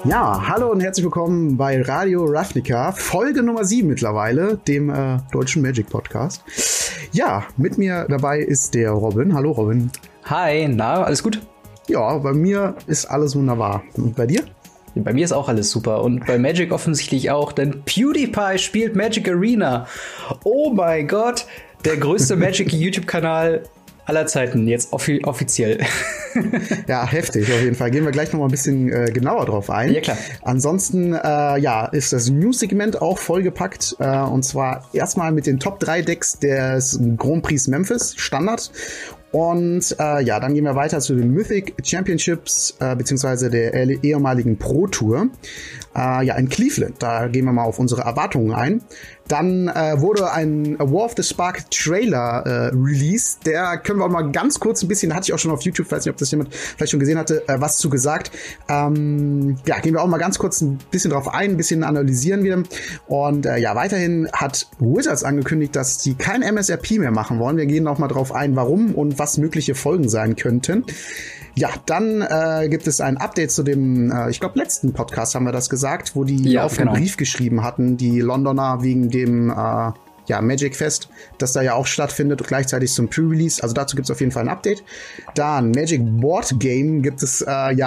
Ja, hallo und herzlich willkommen bei Radio Ravnica, Folge Nummer 7 mittlerweile, dem deutschen Magic Podcast. Ja, mit mir dabei ist der Robin. Hallo Robin. Hi, na, alles gut? Ja, bei mir ist alles wunderbar. Und bei dir? Bei mir ist auch alles super und bei Magic offensichtlich auch, denn PewDiePie spielt Magic Arena. Oh mein Gott, der größte Magic-YouTube-Kanal aller Zeiten, jetzt offiziell. Ja, heftig auf jeden Fall. Gehen wir gleich noch mal ein bisschen genauer drauf ein. Ja, klar. Ansonsten, ist das News-Segment auch vollgepackt. Und zwar erstmal mit den Top 3 Decks des Grand Prix Memphis Standard. Und dann gehen wir weiter zu den Mythic Championships, beziehungsweise der ehemaligen Pro Tour. In Cleveland. Da gehen wir mal auf unsere Erwartungen ein. Dann wurde ein War of the Spark Trailer released. Der können wir auch mal ganz kurz ein bisschen, hatte ich auch schon auf YouTube, weiß nicht, ob das jemand vielleicht schon gesehen hatte, was zu gesagt. Gehen wir auch mal ganz kurz ein bisschen drauf ein, ein bisschen analysieren wieder. Und weiterhin hat Wizards angekündigt, dass sie kein MSRP mehr machen wollen. Wir gehen auch mal drauf ein, warum und was mögliche Folgen sein könnten. Ja, dann gibt es ein Update zu dem, ich glaube, letzten Podcast haben wir das gesagt, wo die auf einen Brief geschrieben hatten, die Londoner wegen dem Magic Fest, das da ja auch stattfindet, gleichzeitig zum Pre-Release. Also dazu gibt es auf jeden Fall ein Update. Dann Magic Board Game gibt es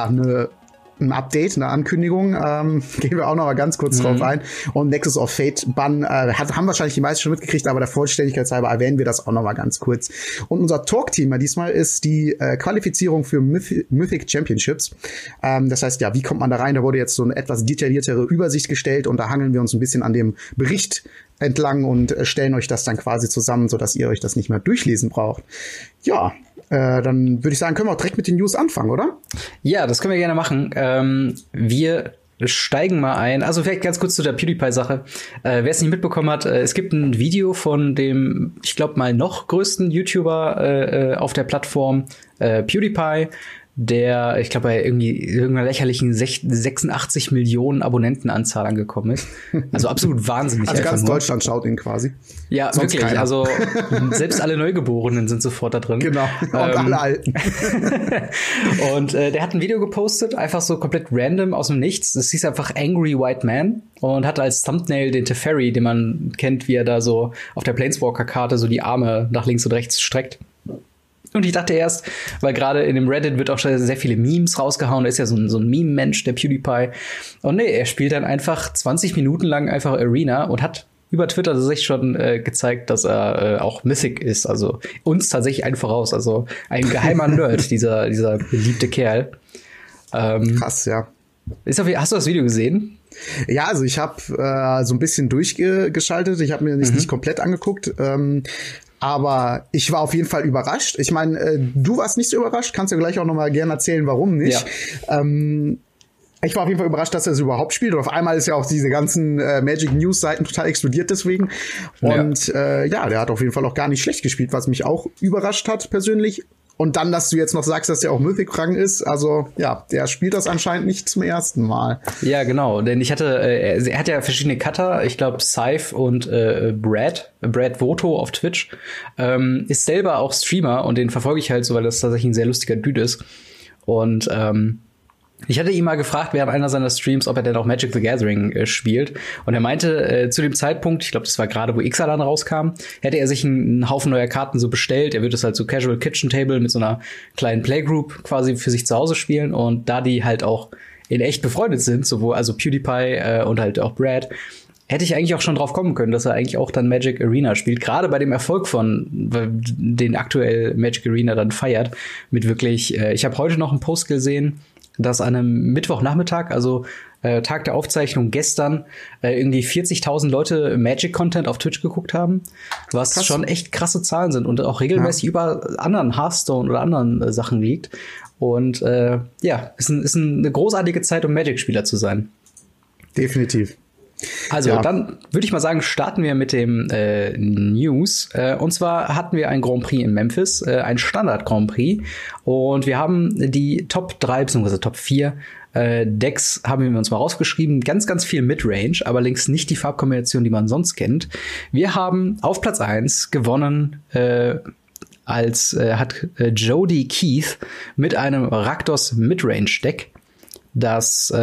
ein Update, eine Ankündigung, gehen wir auch noch mal ganz kurz drauf ein. Und Nexus of Fate Bann haben wahrscheinlich die meisten schon mitgekriegt, aber der Vollständigkeit halber erwähnen wir das auch noch mal ganz kurz. Und unser Talk-Thema diesmal ist die Qualifizierung für Mythic Championships. Das heißt, wie kommt man da rein? Da wurde jetzt so eine etwas detailliertere Übersicht gestellt und da hangeln wir uns ein bisschen an dem Bericht entlang und stellen euch das dann quasi zusammen, sodass ihr euch das nicht mehr durchlesen braucht. Ja, dann würde ich sagen, können wir auch direkt mit den News anfangen, oder? Ja, das können wir gerne machen. Wir steigen mal ein. Also vielleicht ganz kurz zu der PewDiePie-Sache. Wer es nicht mitbekommen hat, es gibt ein Video von dem, ich glaube mal noch größten YouTuber auf der Plattform, PewDiePie, der, ich glaube, bei irgendeiner lächerlichen 86 Millionen Abonnentenanzahl angekommen ist. Also absolut wahnsinnig. Also ganz Deutschland schaut ihn quasi. Ja, sonst wirklich. Keiner. Also selbst alle Neugeborenen sind sofort da drin. Genau, und alle Alten. Und der hat ein Video gepostet, einfach so komplett random aus dem Nichts. Das hieß einfach Angry White Man und hatte als Thumbnail den Teferi, den man kennt, wie er da so auf der Planeswalker-Karte so die Arme nach links und rechts streckt. Und ich dachte erst, weil gerade in dem Reddit wird auch schon sehr viele Memes rausgehauen, er ist ja so ein Meme-Mensch, der PewDiePie. Und nee, er spielt dann einfach 20 Minuten lang einfach Arena und hat über Twitter sich schon gezeigt, dass er auch Mythic ist, also uns tatsächlich einen voraus, also ein geheimer Nerd, dieser beliebte Kerl. Krass, ja. Hast du das Video gesehen? Ja, also ich habe so ein bisschen durchgeschaltet, ich habe mir nicht komplett angeguckt, aber ich war auf jeden Fall überrascht. Ich meine, du warst nicht so überrascht. Kannst du gleich auch noch mal gerne erzählen, warum nicht. Ja. Ich war auf jeden Fall überrascht, dass er es überhaupt spielt. Und auf einmal ist ja auch diese ganzen Magic News Seiten total explodiert deswegen. Und der hat auf jeden Fall auch gar nicht schlecht gespielt, was mich auch überrascht hat persönlich. Und dann, dass du jetzt noch sagst, dass der auch Mythic-Rang ist. Also, ja, der spielt das anscheinend nicht zum ersten Mal. Ja, genau. Denn er hat ja verschiedene Cutter. Ich glaube, Scythe und Brad Voto auf Twitch. Ist selber auch Streamer und den verfolge ich halt so, weil das tatsächlich ein sehr lustiger Dude ist. Und ich hatte ihn mal gefragt während einer seiner Streams, ob er denn auch Magic the Gathering spielt. Und er meinte, zu dem Zeitpunkt, ich glaube, das war gerade, wo Ixalan rauskam, hätte er sich einen Haufen neuer Karten so bestellt. Er würde es halt so Casual Kitchen Table mit so einer kleinen Playgroup quasi für sich zu Hause spielen. Und da die halt auch in echt befreundet sind, sowohl also PewDiePie und halt auch Brad, hätte ich eigentlich auch schon drauf kommen können, dass er eigentlich auch dann Magic Arena spielt. Gerade bei dem Erfolg von den aktuell Magic Arena dann feiert. Mit wirklich, ich habe heute noch einen Post gesehen, dass an einem Mittwochnachmittag, also Tag der Aufzeichnung gestern, irgendwie 40.000 Leute Magic-Content auf Twitch geguckt haben, was krass. Schon echt krasse Zahlen sind und auch regelmäßig über anderen Hearthstone oder anderen Sachen liegt. Und ist eine großartige Zeit, um Magic-Spieler zu sein. Definitiv. Also, dann würde ich mal sagen, starten wir mit dem News. Und zwar hatten wir ein Grand Prix in Memphis, ein Standard-Grand Prix. Und wir haben die Top 3 bzw. Top 4 Decks haben wir uns mal rausgeschrieben. Ganz, ganz viel Midrange, aber allerdings nicht die Farbkombination, die man sonst kennt. Wir haben auf Platz 1 gewonnen hat Jody Keith mit einem Rakdos Midrange Deck. dass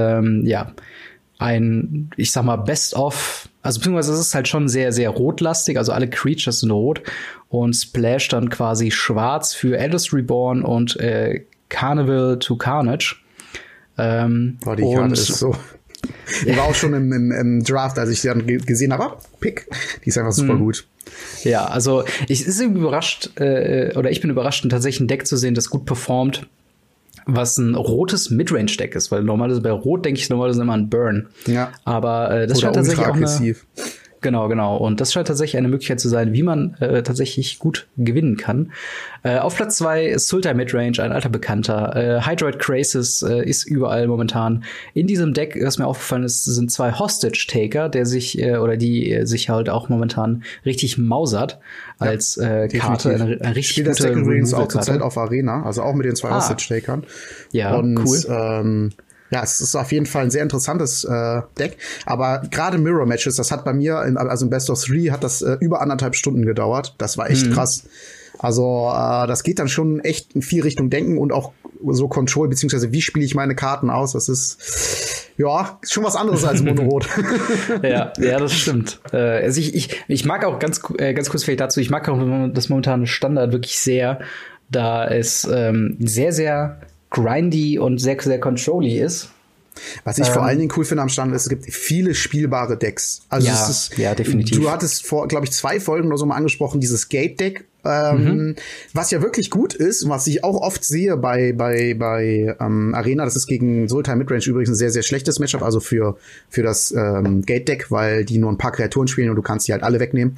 ich sag mal, Best-of, also beziehungsweise es ist halt schon sehr, sehr rotlastig, also alle Creatures sind rot und Splash dann quasi schwarz für Eldest Reborn und Carnival to Carnage. Die Karte ist so. Die war auch schon im Draft, als ich sie dann gesehen habe. Pick, die ist einfach super gut. Ja, also ich bin überrascht, tatsächlich ein Deck zu sehen, das gut performt, was ein rotes Midrange-Deck ist, weil normalerweise bei Rot denke ich normalerweise immer an Burn. Ja. Aber das scheint tatsächlich auch Genau. Und das scheint tatsächlich eine Möglichkeit zu sein, wie man tatsächlich gut gewinnen kann. Auf Platz 2 ist Sultai Midrange, ein alter Bekannter. Hydroid Krasis ist überall momentan. In diesem Deck, was mir aufgefallen ist, sind 2 Hostage-Taker, die sich halt auch momentan richtig mausert als Karte. Eine richtig gute das Deck übrigens auch zurzeit auf Arena, also auch mit den 2 Hostage-Takern. Ja, und, cool. Ja, es ist auf jeden Fall ein sehr interessantes Deck. Aber gerade Mirror Matches, das hat bei mir, im Best of 3, hat das über 1,5 Stunden gedauert. Das war echt krass. Also das geht dann schon echt in viel Richtung Denken und auch so Control, beziehungsweise wie spiele ich meine Karten aus. Das ist schon was anderes als Monorot. ja, das stimmt. Also ich mag auch ganz kurz vielleicht dazu, ich mag auch das momentane Standard wirklich sehr, da es sehr, sehr grindy und sehr, sehr controlly ist. Was ich vor allen Dingen cool finde am Stand ist, es gibt viele spielbare Decks. Also definitiv. Du hattest vor, glaube ich, 2 Folgen oder so mal angesprochen, dieses Gate-Deck, was ja wirklich gut ist und was ich auch oft sehe bei Arena. Das ist gegen Sultai Midrange übrigens ein sehr, sehr schlechtes Matchup, also für das Gate-Deck, weil die nur ein paar Kreaturen spielen und du kannst die halt alle wegnehmen.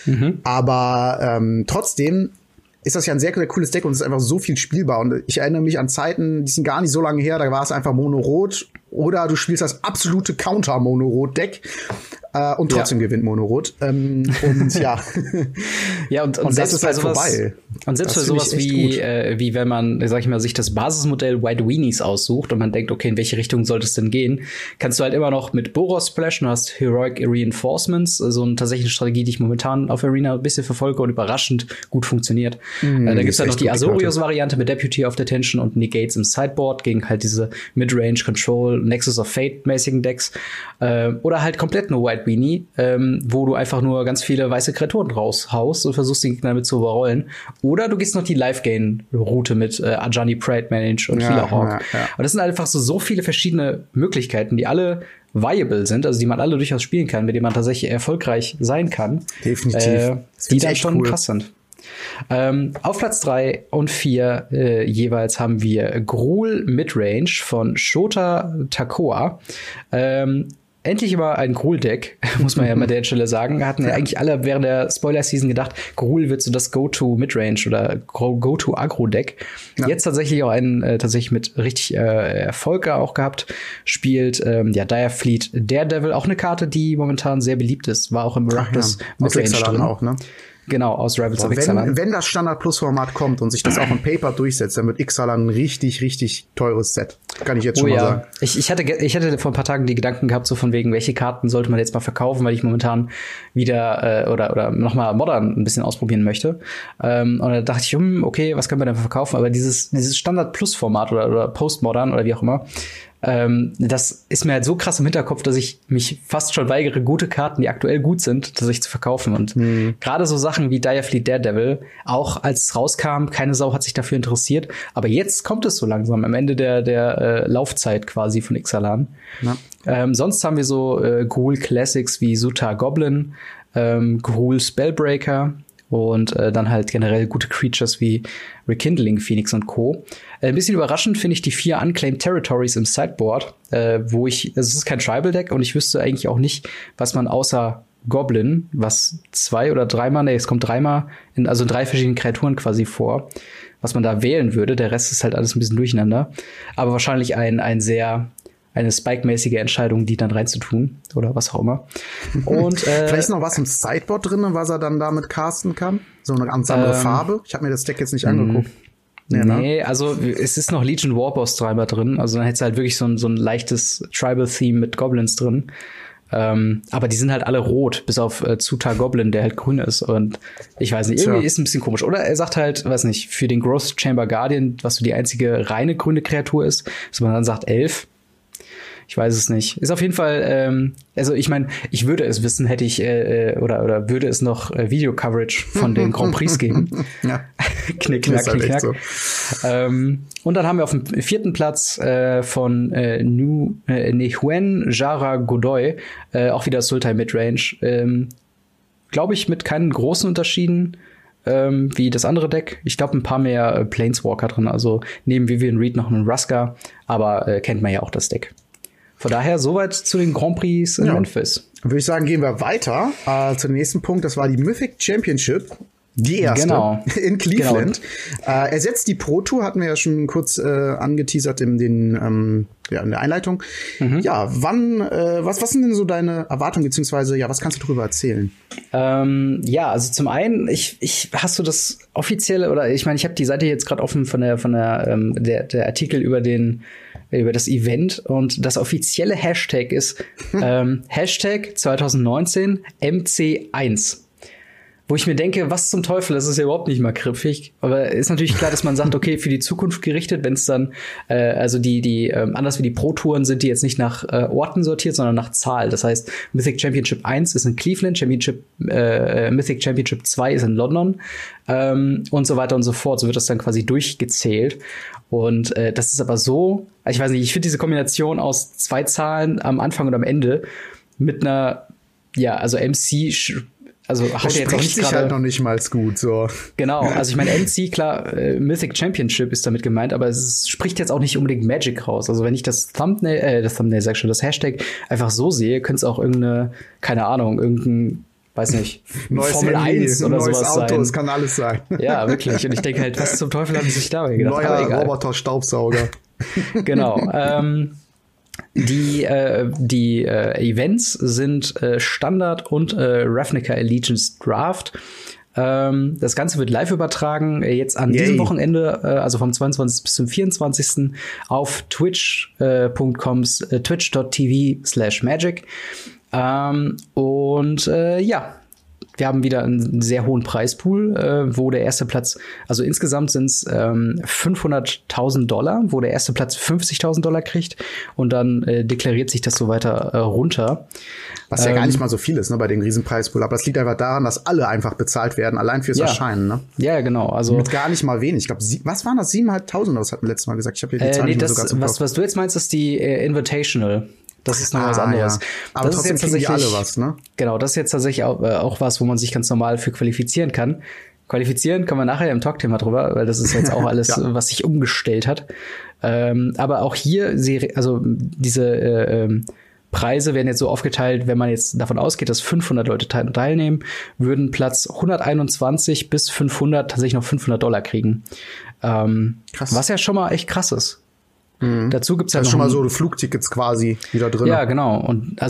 Aber trotzdem ist das ja ein sehr, sehr cooles Deck und es ist einfach so viel spielbar. Und ich erinnere mich an Zeiten, die sind gar nicht so lange her, da war es einfach Mono-Rot oder du spielst das absolute Counter-Mono-Rot-Deck und trotzdem gewinnt Mono-Rot. Und ja. Ja, und das ist halt vorbei. Und selbst für sowas wie wenn man, sag ich mal, sich das Basismodell White Weenies aussucht und man denkt, okay, in welche Richtung sollte es denn gehen, kannst du halt immer noch mit Boros splashen, du hast Heroic Reinforcements, so eine tatsächliche Strategie, die ich momentan auf Arena ein bisschen verfolge und überraschend gut funktioniert. Da gibt's halt noch die Azorius-Variante mit Deputy of Detention und Negates im Sideboard gegen halt diese Midrange Control, Nexus of Fate-mäßigen Decks. Oder halt komplett nur White Weenie, wo du einfach nur ganz viele weiße Kreaturen raushaust und versuchst, den Gegner damit zu überrollen. Oder du gehst noch die Life-Gain-Route mit Ajani Pride Manage und Healer Hawk. Ja. Und das sind einfach so viele verschiedene Möglichkeiten, die alle viable sind, also die man alle durchaus spielen kann, mit denen man tatsächlich erfolgreich sein kann. Definitiv. Die dann schon krass sind. Auf Platz 3 und 4 jeweils haben wir Gruul Midrange von Shota Takoa. Endlich immer ein Gruul-Deck, muss man ja mal an der Stelle sagen. Hatten ja eigentlich alle während der Spoiler-Season gedacht, Gruul wird so das Go-To-Midrange oder Go-To-Agro-Deck. Ja. Jetzt tatsächlich auch tatsächlich mit richtig Erfolg auch gehabt. Spielt Dire Fleet Daredevil, auch eine Karte, die momentan sehr beliebt ist. War auch im Rakdos Midrange drin. Auch, ne? Genau, aus Rebels of Ixalan. Wenn das Standard-Plus-Format kommt und sich das auch im Paper durchsetzt, dann wird Ixalan ein richtig, richtig teures Set. Kann ich jetzt schon mal sagen. Ich hatte vor ein paar Tagen die Gedanken gehabt, so von wegen, welche Karten sollte man jetzt mal verkaufen, weil ich momentan wieder oder nochmal Modern ein bisschen ausprobieren möchte. Und da dachte ich, okay, was können wir denn verkaufen? Aber dieses Standard-Plus-Format oder Post-Modern oder wie auch immer, das ist mir halt so krass im Hinterkopf, dass ich mich fast schon weigere, gute Karten, die aktuell gut sind, tatsächlich zu verkaufen. Und gerade so Sachen wie Dire Fleet Daredevil, auch als es rauskam, keine Sau hat sich dafür interessiert. Aber jetzt kommt es so langsam, am Ende der Laufzeit quasi von Ixalan. Ja. Sonst haben wir so Gruul Classics wie Suta Goblin, Gruul Spellbreaker, und dann halt generell gute Creatures wie Rekindling Phoenix und Co. Ein bisschen überraschend finde ich die 4 Unclaimed Territories im Sideboard, also es ist kein Tribal-Deck und ich wüsste eigentlich auch nicht, was man außer Goblin, was 2 oder 3-mal, es kommt 3-mal in 3 verschiedenen Kreaturen quasi vor, was man da wählen würde. Der Rest ist halt alles ein bisschen durcheinander. Aber wahrscheinlich eine Spike-mäßige Entscheidung, die dann reinzutun oder was auch immer. Und vielleicht ist noch was im Sideboard drin, was er dann damit casten kann? So eine ganz andere Farbe? Ich habe mir das Deck jetzt nicht angeguckt. Nee, also es ist noch Legion Warboss 3-mal drin. Also dann hättest du halt wirklich so ein leichtes Tribal-Theme mit Goblins drin. Aber die sind halt alle rot, bis auf Zuta Goblin, der halt grün ist. Und ich weiß nicht, irgendwie ist ein bisschen komisch. Oder er sagt halt, weiß nicht, für den Growth Chamber Guardian, was so die einzige reine grüne Kreatur ist, dass man dann sagt 11. Ich weiß es nicht. Ist auf jeden Fall, also ich meine, ich würde es wissen, hätte ich oder würde es noch Video-Coverage von den Grand Prix geben. Ja. Knick, knack, halt knick, knack. so. Und dann haben wir auf dem 4. Platz von Nehuen Jara Godoy, auch wieder Sultai Midrange. Glaube ich, mit keinen großen Unterschieden wie das andere Deck. Ich glaube, ein paar mehr Planeswalker drin. Also neben Vivian Reed noch einen Ruska, aber kennt man ja auch das Deck. Von daher soweit zu den Grand Prix in Memphis. Würde ich sagen, gehen wir weiter zu dem nächsten Punkt. Das war die Mythic Championship. Die erste in Cleveland. Genau. Ersetzt die Pro Tour, hatten wir ja schon kurz angeteasert in der Einleitung. Ja, was sind denn so deine Erwartungen, beziehungsweise, was kannst du darüber erzählen? Also zum einen, hast du das offizielle, oder ich meine, ich habe die Seite jetzt gerade offen von der Artikel über das Event, und das offizielle Hashtag ist Hashtag 2019 MC1. Wo ich mir denke, was zum Teufel, das ist ja überhaupt nicht mal griffig. Aber ist natürlich klar, dass man sagt, okay, für die Zukunft gerichtet, wenn es dann, also die anders wie die Pro-Touren sind die jetzt nicht nach Orten sortiert, sondern nach Zahl. Das heißt, Mythic Championship 1 ist in Cleveland, Mythic Championship 2 ist in London und so weiter und so fort. So wird das dann quasi durchgezählt. Und das ist aber so, ich weiß nicht, ich finde diese Kombination aus 2 Zahlen am Anfang und am Ende mit einer, also MC, also haut jetzt auch nicht sich halt noch nicht mal gut, so. Genau, also ich meine, MC, klar, Mythic Championship ist damit gemeint, aber es spricht jetzt auch nicht unbedingt Magic raus. Also wenn ich das das Hashtag einfach so sehe, könnte es auch irgendeine, keine Ahnung, weiß nicht, neues Formel Handy, 1 oder neues sowas Auto, sein. Es kann alles sein. Ja, wirklich. Und ich denke halt, was zum Teufel haben sie sich dabei gedacht? Neuer Roboter-Staubsauger. Genau. Die Events sind Standard und Ravnica Allegiance Draft. Das Ganze wird live übertragen, jetzt an diesem Wochenende, also vom 22. bis zum 24. auf twitch.tv/magic. Wir haben wieder einen sehr hohen Preispool, wo der erste Platz, also insgesamt sind es $500.000, wo der erste Platz $50.000 kriegt, und dann deklariert sich das so weiter runter. Was ja gar nicht mal so viel ist, ne, bei dem Riesenpreispool. Aber das liegt einfach daran, dass alle einfach bezahlt werden, allein fürs Erscheinen, ne? Ja, genau. Also mit gar nicht mal wenig. Ich glaube, was waren das? 7.500, das hatten wir letztes Mal gesagt. Ich habe hier die Zahl nicht mehr sogar zum Kopf. Was du jetzt meinst, ist die Invitational. Das ist noch was anderes. Ja. Aber das trotzdem ist jetzt tatsächlich alle was, ne? Genau, das ist jetzt tatsächlich auch was, wo man sich ganz normal für qualifizieren kann. Qualifizieren können wir nachher im Talk-Thema drüber, weil das ist jetzt auch alles, was sich umgestellt hat. Aber auch hier, diese Preise werden jetzt so aufgeteilt, wenn man jetzt davon ausgeht, dass 500 Leute teilnehmen, würden Platz 121 bis 500 tatsächlich noch $500 kriegen. Krass. Was ja schon mal echt krass ist. Dazu gibt's ja noch schon mal so Flugtickets quasi wieder drin. Ja, genau. Und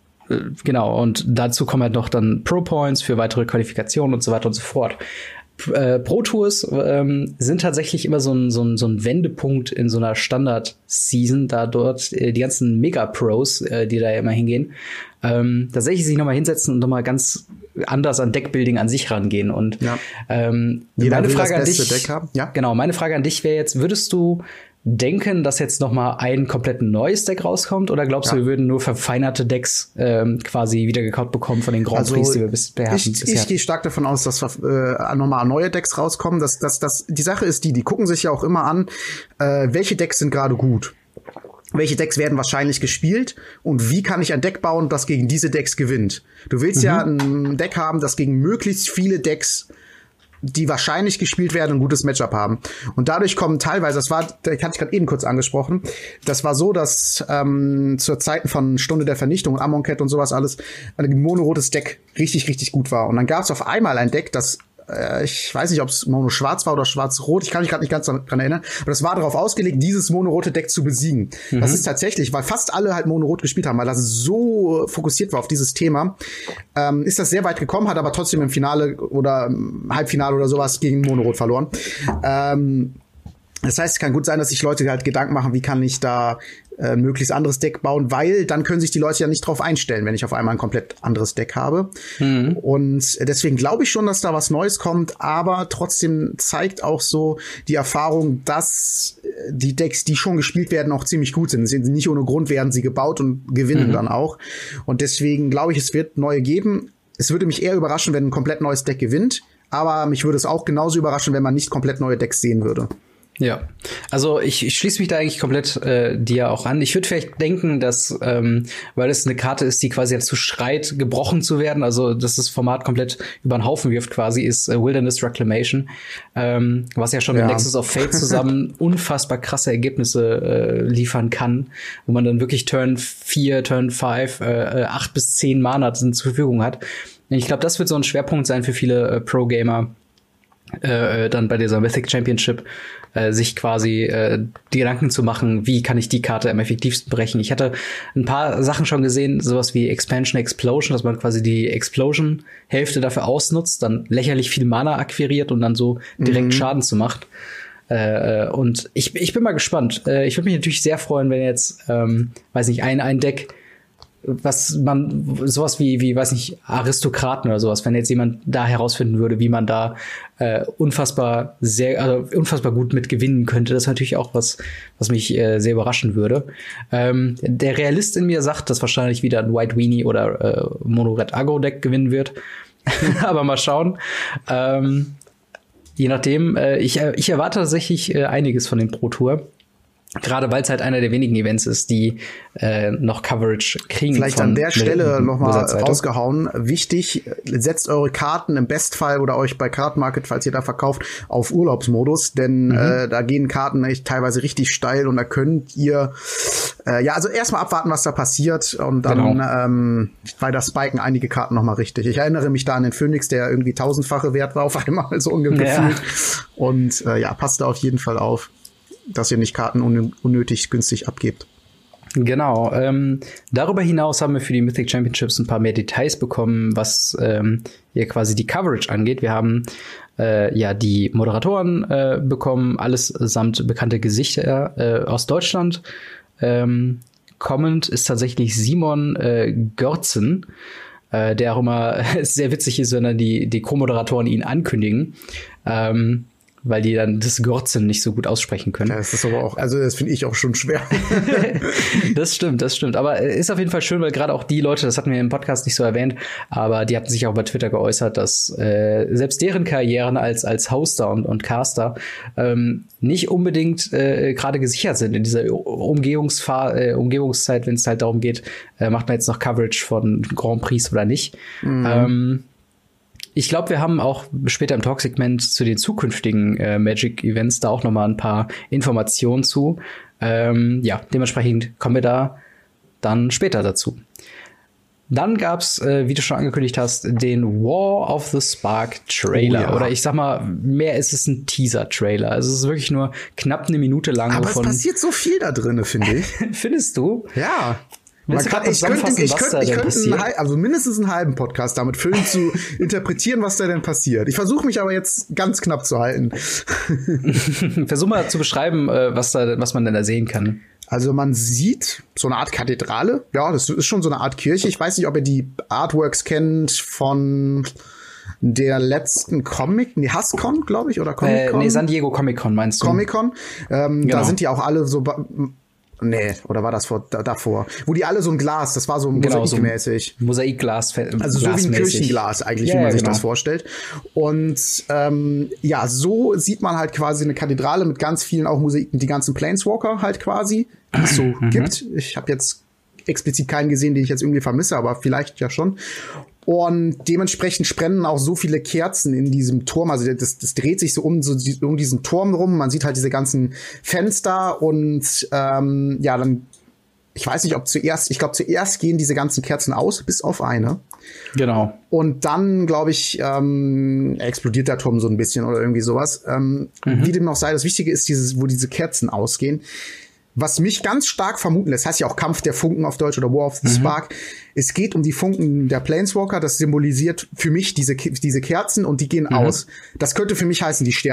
und dazu kommen halt noch dann Pro-Points für weitere Qualifikationen und so weiter und so fort. Pro-Tours sind tatsächlich immer so ein Wendepunkt in so einer Standard-Season, da dort die ganzen Mega-Pros, die da immer hingehen, tatsächlich sich nochmal hinsetzen und nochmal ganz anders an Deckbuilding an sich rangehen. Und meine Frage an dich, Deck haben. Ja? Genau, meine Frage an dich wäre jetzt, würdest du denken, dass jetzt noch mal ein komplett neues Deck rauskommt, oder glaubst du, wir würden nur verfeinerte Decks quasi wieder gekauft bekommen von den Grand Prix, die wir bisher hatten? Ich gehe stark davon aus, dass nochmal neue Decks rauskommen. Die Sache ist die gucken sich ja auch immer an, welche Decks sind gerade gut. Welche Decks werden wahrscheinlich gespielt und wie kann ich ein Deck bauen, das gegen diese Decks gewinnt? Du willst ja ein Deck haben, das gegen möglichst viele Decks, die wahrscheinlich gespielt werden, ein gutes Matchup haben. Und dadurch kommen teilweise, das hatte ich gerade eben kurz angesprochen, das war so, dass zur Zeiten von Stunde der Vernichtung und Amonkhet und sowas alles ein monorotes Deck richtig, richtig gut war. Und dann gab es auf einmal ein Deck, das ich weiß nicht, ob es Mono-Schwarz war oder Schwarz-Rot. Ich kann mich gerade nicht ganz dran erinnern. Aber das war darauf ausgelegt, dieses monorote Deck zu besiegen. Das ist tatsächlich, weil fast alle halt Monorot gespielt haben, weil das so fokussiert war auf dieses Thema, ist das sehr weit gekommen, hat aber trotzdem im Finale oder im Halbfinale oder sowas gegen Monorot verloren. Das heißt, es kann gut sein, dass sich Leute halt Gedanken machen, wie kann ich da möglichst anderes Deck bauen, weil dann können sich die Leute ja nicht drauf einstellen, wenn ich auf einmal ein komplett anderes Deck habe. Und deswegen glaube ich schon, dass da was Neues kommt, aber trotzdem zeigt auch so die Erfahrung, dass die Decks, die schon gespielt werden, auch ziemlich gut sind. Nicht ohne Grund werden sie gebaut und gewinnen dann auch. Und deswegen glaube ich, es wird neue geben. Es würde mich eher überraschen, wenn ein komplett neues Deck gewinnt. Aber mich würde es auch genauso überraschen, wenn man nicht komplett neue Decks sehen würde. Ja, also ich schließe mich da eigentlich komplett dir auch an. Ich würde vielleicht denken, dass, weil es eine Karte ist, die quasi dazu schreit, gebrochen zu werden, also dass das Format komplett über den Haufen wirft quasi, ist Wilderness Reclamation, was ja schon mit Nexus of Fate zusammen unfassbar krasse Ergebnisse liefern kann, wo man dann wirklich Turn 4, Turn 5, 8 bis 10 Mana zur Verfügung hat. Ich glaube, das wird so ein Schwerpunkt sein für viele Pro-Gamer, dann bei dieser Mythic Championship sich quasi die Gedanken zu machen, wie kann ich die Karte am effektivsten brechen. Ich hatte ein paar Sachen schon gesehen, sowas wie Expansion Explosion, dass man quasi die Explosion-Hälfte dafür ausnutzt, dann lächerlich viel Mana akquiriert und dann so direkt Schaden zu macht. Und ich bin mal gespannt. Ich würde mich natürlich sehr freuen, wenn jetzt, weiß nicht, ein Deck, was man, sowas wie, weiß nicht, Aristokraten oder sowas, wenn jetzt jemand da herausfinden würde, wie man da unfassbar gut mit gewinnen könnte, das ist natürlich auch was mich sehr überraschen würde. Der Realist in mir sagt, dass wahrscheinlich wieder ein White Weenie oder Mono Red Aggro Deck gewinnen wird. Aber mal schauen. Je nachdem, ich erwarte tatsächlich einiges von den Pro Tour. Gerade weil es halt einer der wenigen Events ist, die noch Coverage kriegen. Vielleicht an der Stelle noch mal rausgehauen. Wichtig, setzt eure Karten im Bestfall oder euch bei Card Market, falls ihr da verkauft, auf Urlaubsmodus. Denn da gehen Karten echt teilweise richtig steil und da könnt ihr also erstmal abwarten, was da passiert. Und dann bei der Spiken einige Karten noch mal richtig. Ich erinnere mich da an den Phoenix, der irgendwie 1000-fache wert war auf einmal, so ungefähr. Und passt da auf jeden Fall auf, dass ihr nicht Karten unnötig günstig abgebt. Genau. Darüber hinaus haben wir für die Mythic Championships ein paar mehr Details bekommen, was hier quasi die Coverage angeht. Wir haben die Moderatoren bekommen, alles samt bekannte Gesichter aus Deutschland. Kommend ist tatsächlich Simon Görzen, der auch immer sehr witzig ist, wenn dann die Co-Moderatoren ihn ankündigen. Weil die dann das Görzen nicht so gut aussprechen können. Ja, das ist aber auch, also das finde ich auch schon schwer. Das stimmt. Aber ist auf jeden Fall schön, weil gerade auch die Leute, das hatten wir im Podcast nicht so erwähnt, aber die hatten sich auch bei Twitter geäußert, dass selbst deren Karrieren als Hoster und Caster nicht unbedingt gerade gesichert sind in dieser Umgehungszeit, wenn es halt darum geht, macht man jetzt noch Coverage von Grand Prix oder nicht. Ich glaube, wir haben auch später im Talk-Segment zu den zukünftigen Magic-Events da auch noch mal ein paar Informationen zu. Dementsprechend kommen wir da dann später dazu. Dann gab's, wie du schon angekündigt hast, den War of the Spark Trailer. Oh, ja. Oder ich sag mal, mehr ist es ein Teaser-Trailer. Also es ist wirklich nur knapp eine Minute lang. Aber es passiert so viel da drin, finde ich. Findest du? Ja. Ich könnte mindestens einen halben Podcast damit füllen, zu interpretieren, was da denn passiert. Ich versuche mich aber jetzt ganz knapp zu halten. Versuch mal zu beschreiben, was man denn da sehen kann. Also man sieht so eine Art Kathedrale. Ja, das ist schon so eine Art Kirche. Ich weiß nicht, ob ihr die Artworks kennt von der letzten Hascon, glaube ich, oder Comic-Con? San Diego Comic-Con meinst du? Comic-Con. Genau. Da sind die auch alle so oder war das davor? Wo die alle so ein Glas, das war so mosaikmäßig. So Mosaikglas. Also so wie ein Kirchenglas eigentlich, wie man sich das vorstellt. Und so sieht man halt quasi eine Kathedrale mit ganz vielen auch Mosaiken, die ganzen Planeswalker halt quasi, die es so gibt. Ich habe jetzt explizit keinen gesehen, den ich jetzt irgendwie vermisse, aber vielleicht ja schon. Und dementsprechend brennen auch so viele Kerzen in diesem Turm. Also das dreht sich so um diesen Turm rum. Man sieht halt diese ganzen Fenster und dann, ich weiß nicht, ob zuerst gehen diese ganzen Kerzen aus, bis auf eine. Genau. Und dann, glaube ich, explodiert der Turm so ein bisschen oder irgendwie sowas. Wie dem noch sei, das Wichtige ist wo diese Kerzen ausgehen. Was mich ganz stark vermuten lässt, heißt ja auch Kampf der Funken auf Deutsch oder War of the Spark. Es geht um die Funken der Planeswalker. Das symbolisiert für mich diese Kerzen und die gehen aus. Das könnte für mich heißen, die sterben.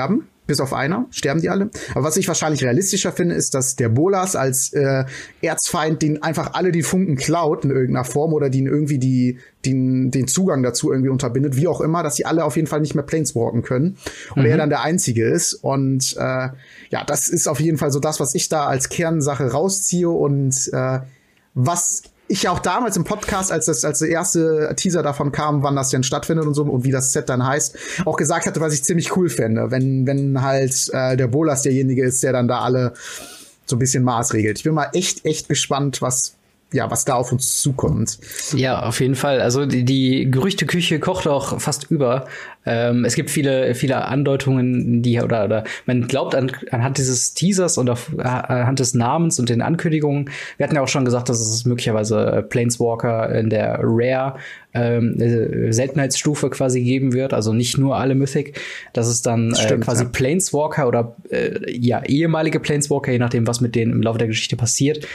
bis auf einer, sterben die alle. Aber was ich wahrscheinlich realistischer finde, ist, dass der Bolas als Erzfeind den einfach alle die Funken klaut in irgendeiner Form oder den irgendwie den Zugang dazu irgendwie unterbindet, wie auch immer, dass die alle auf jeden Fall nicht mehr Planeswalken können und er dann der Einzige ist. Und ja, das ist auf jeden Fall so das, was ich da als Kernsache rausziehe und was ich ja auch damals im Podcast, als der erste Teaser davon kam, wann das denn stattfindet und so und wie das Set dann heißt, auch gesagt hatte, was ich ziemlich cool fände, wenn halt der Bolas derjenige ist, der dann da alle so ein bisschen maßregelt. Ich bin mal echt gespannt, was da auf uns zukommt. Ja, auf jeden Fall. Also die Gerüchteküche kocht auch fast über. Es gibt viele Andeutungen, die oder man glaubt anhand dieses Teasers und anhand des Namens und den Ankündigungen. Wir hatten ja auch schon gesagt, dass es möglicherweise Planeswalker in der Rare Seltenheitsstufe quasi geben wird. Also nicht nur alle Mythic. Das ist dann quasi Planeswalker oder ehemalige Planeswalker, je nachdem, was mit denen im Laufe der Geschichte passiert.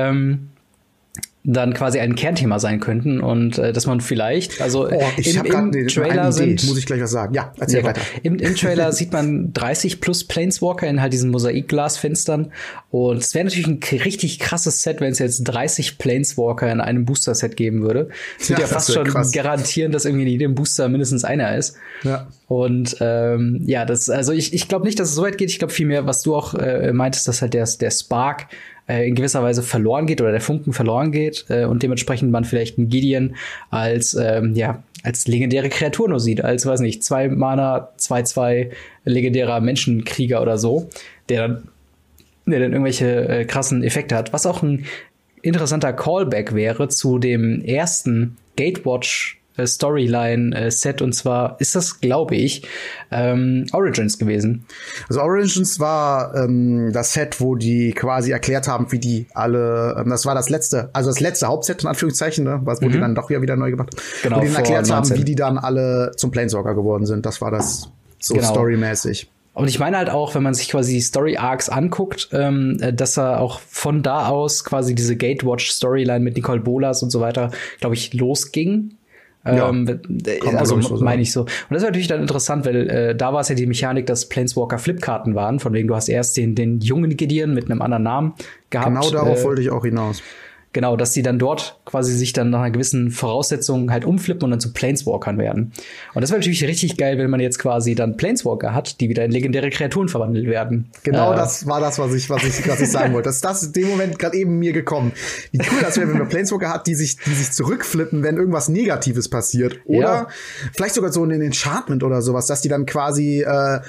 Dann quasi ein Kernthema sein könnten und dass man vielleicht, also im Trailer muss ich gleich was sagen. Ja, erzähl weiter. Im Trailer sieht man 30 plus Planeswalker in halt diesen Mosaikglasfenstern und es wäre natürlich ein richtig krasses Set, wenn es jetzt 30 Planeswalker in einem Booster-Set geben würde. Das würde ja fast schon garantieren, dass irgendwie in jedem Booster mindestens einer ist. Ja. Und ich glaube nicht, dass es so weit geht. Ich glaube vielmehr, was du auch meintest, dass halt der Spark in gewisser Weise verloren geht oder der Funken verloren geht und dementsprechend man vielleicht einen Gideon als legendäre Kreatur nur sieht, als, weiß nicht, 2 Mana, 2/2 legendärer Menschenkrieger oder so, der dann irgendwelche krassen Effekte hat, was auch ein interessanter Callback wäre zu dem ersten Gatewatch Storyline-Set, und zwar ist das, glaube ich, Origins gewesen. Also Origins war das Set, wo die quasi erklärt haben, wie die alle, das war das letzte Hauptset, in Anführungszeichen, ne? Was wurde dann doch wieder neu gemacht. Genau, wo die dann erklärt haben, wie die dann alle zum Planeswalker geworden sind. Das war das so storymäßig. Und ich meine halt auch, wenn man sich quasi die Story-Arcs anguckt, dass er auch von da aus quasi diese Gatewatch-Storyline mit Nicole Bolas und so weiter, glaube ich, losging. Also meine ich so. Und das ist natürlich dann interessant, weil da war es ja die Mechanik, dass Planeswalker Flipkarten waren, von wegen du hast erst den jungen Gideon mit einem anderen Namen gehabt. Genau darauf wollte ich auch hinaus. Genau, dass die dann dort quasi sich dann nach einer gewissen Voraussetzung halt umflippen und dann zu Planeswalkern werden. Und das wäre natürlich richtig geil, wenn man jetzt quasi dann Planeswalker hat, die wieder in legendäre Kreaturen verwandelt werden. Genau, das war das, was ich sagen wollte. Das ist in dem Moment gerade eben mir gekommen. Wie cool das wäre, wenn man Planeswalker hat, die sich zurückflippen, wenn irgendwas Negatives passiert. Oder vielleicht sogar so ein Enchantment oder sowas, dass die dann quasi,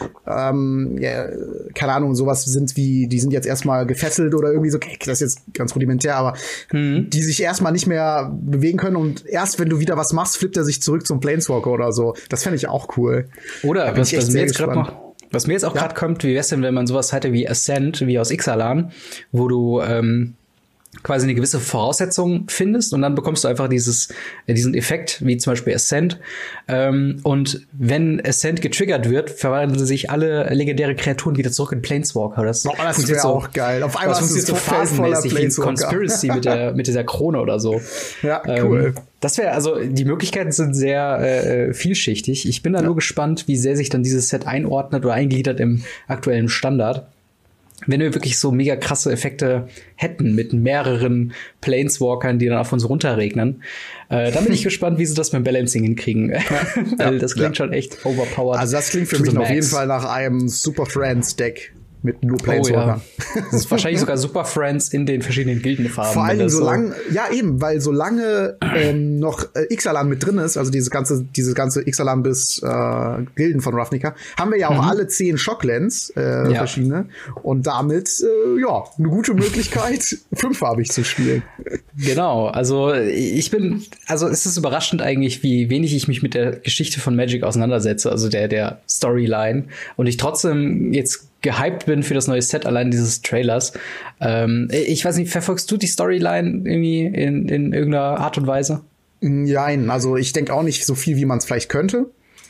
keine Ahnung, sowas sind wie, die sind jetzt erstmal gefesselt oder irgendwie so, okay, das ist jetzt ganz rudimentär, aber die sich erstmal nicht mehr bewegen können und erst wenn du wieder was machst, flippt er sich zurück zum Planeswalker oder so. Das fände ich auch cool. Oder was mir jetzt auch gerade kommt, wie wär's denn, wenn man sowas hätte wie Ascent, wie aus Ixalan, wo du quasi eine gewisse Voraussetzung findest und dann bekommst du einfach diesen Effekt, wie zum Beispiel Ascent. Und wenn Ascent getriggert wird, verwandeln sich alle legendäre Kreaturen wieder zurück in Planeswalker. Das wäre auch geil. Auf einmal ist es so phasenmäßig wie Conspiracy mit dieser Krone oder so. Ja, cool. Das wäre, also die Möglichkeiten sind sehr vielschichtig. Ich bin da nur gespannt, wie sehr sich dann dieses Set einordnet oder eingliedert im aktuellen Standard. Wenn wir wirklich so mega krasse Effekte hätten mit mehreren Planeswalkern, die dann auf uns runterregnen, dann bin ich gespannt, wie sie das mit Balancing hinkriegen. Weil das klingt schon echt overpowered. Also das klingt für mich auf jeden Fall nach einem Super Friends Deck mit nur Planeswalker. Das ist wahrscheinlich sogar Super Friends in den verschiedenen Gildenfarben. Vor allem solange noch Ixalan mit drin ist, also dieses ganze Ixalan bis Gilden von Ravnica, haben wir ja auch alle 10 Shocklands, verschiedene. Und damit, eine gute Möglichkeit, 5farbig zu spielen. Genau, also es ist überraschend eigentlich, wie wenig ich mich mit der Geschichte von Magic auseinandersetze, also der Storyline. Und ich trotzdem jetzt gehypt bin für das neue Set allein dieses Trailers. Ich weiß nicht, verfolgst du die Storyline irgendwie in irgendeiner Art und Weise? Nein, also ich denke auch nicht so viel, wie man es vielleicht könnte.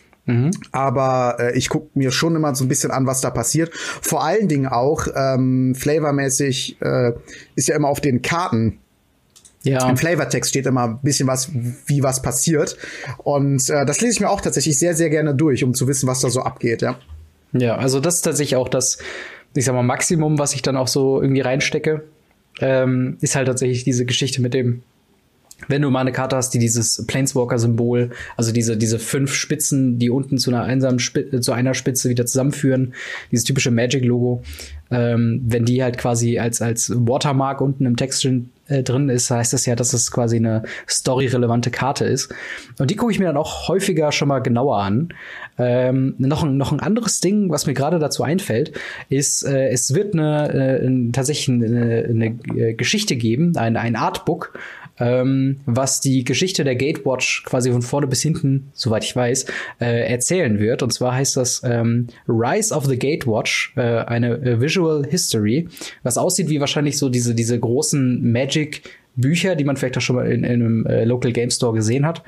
Aber ich gucke mir schon immer so ein bisschen an, was da passiert. Vor allen Dingen auch flavormäßig ist ja immer auf den Karten. Ja. Im Flavortext steht immer ein bisschen wie was passiert. Und das lese ich mir auch tatsächlich sehr, sehr gerne durch, um zu wissen, was da so abgeht, ja. Ja, also das ist tatsächlich auch das, ich sag mal, Maximum, was ich dann auch so irgendwie reinstecke, ist halt tatsächlich diese Geschichte mit dem, wenn du mal eine Karte hast, die dieses Planeswalker-Symbol, also diese 5 Spitzen, die unten zu einer Spitze wieder zusammenführen, dieses typische Magic-Logo, wenn die halt quasi als Watermark unten im Text drin ist, heißt das ja, dass es quasi eine storyrelevante Karte ist. Und die gucke ich mir dann auch häufiger schon mal genauer an. Noch ein anderes Ding, was mir gerade dazu einfällt, ist, es wird tatsächlich eine Geschichte geben, ein Artbook, was die Geschichte der Gatewatch quasi von vorne bis hinten, soweit ich weiß, erzählen wird. Und zwar heißt das Rise of the Gatewatch, eine Visual History, was aussieht wie wahrscheinlich so diese großen Magic-Bücher, die man vielleicht auch schon mal in einem Local Game Store gesehen hat.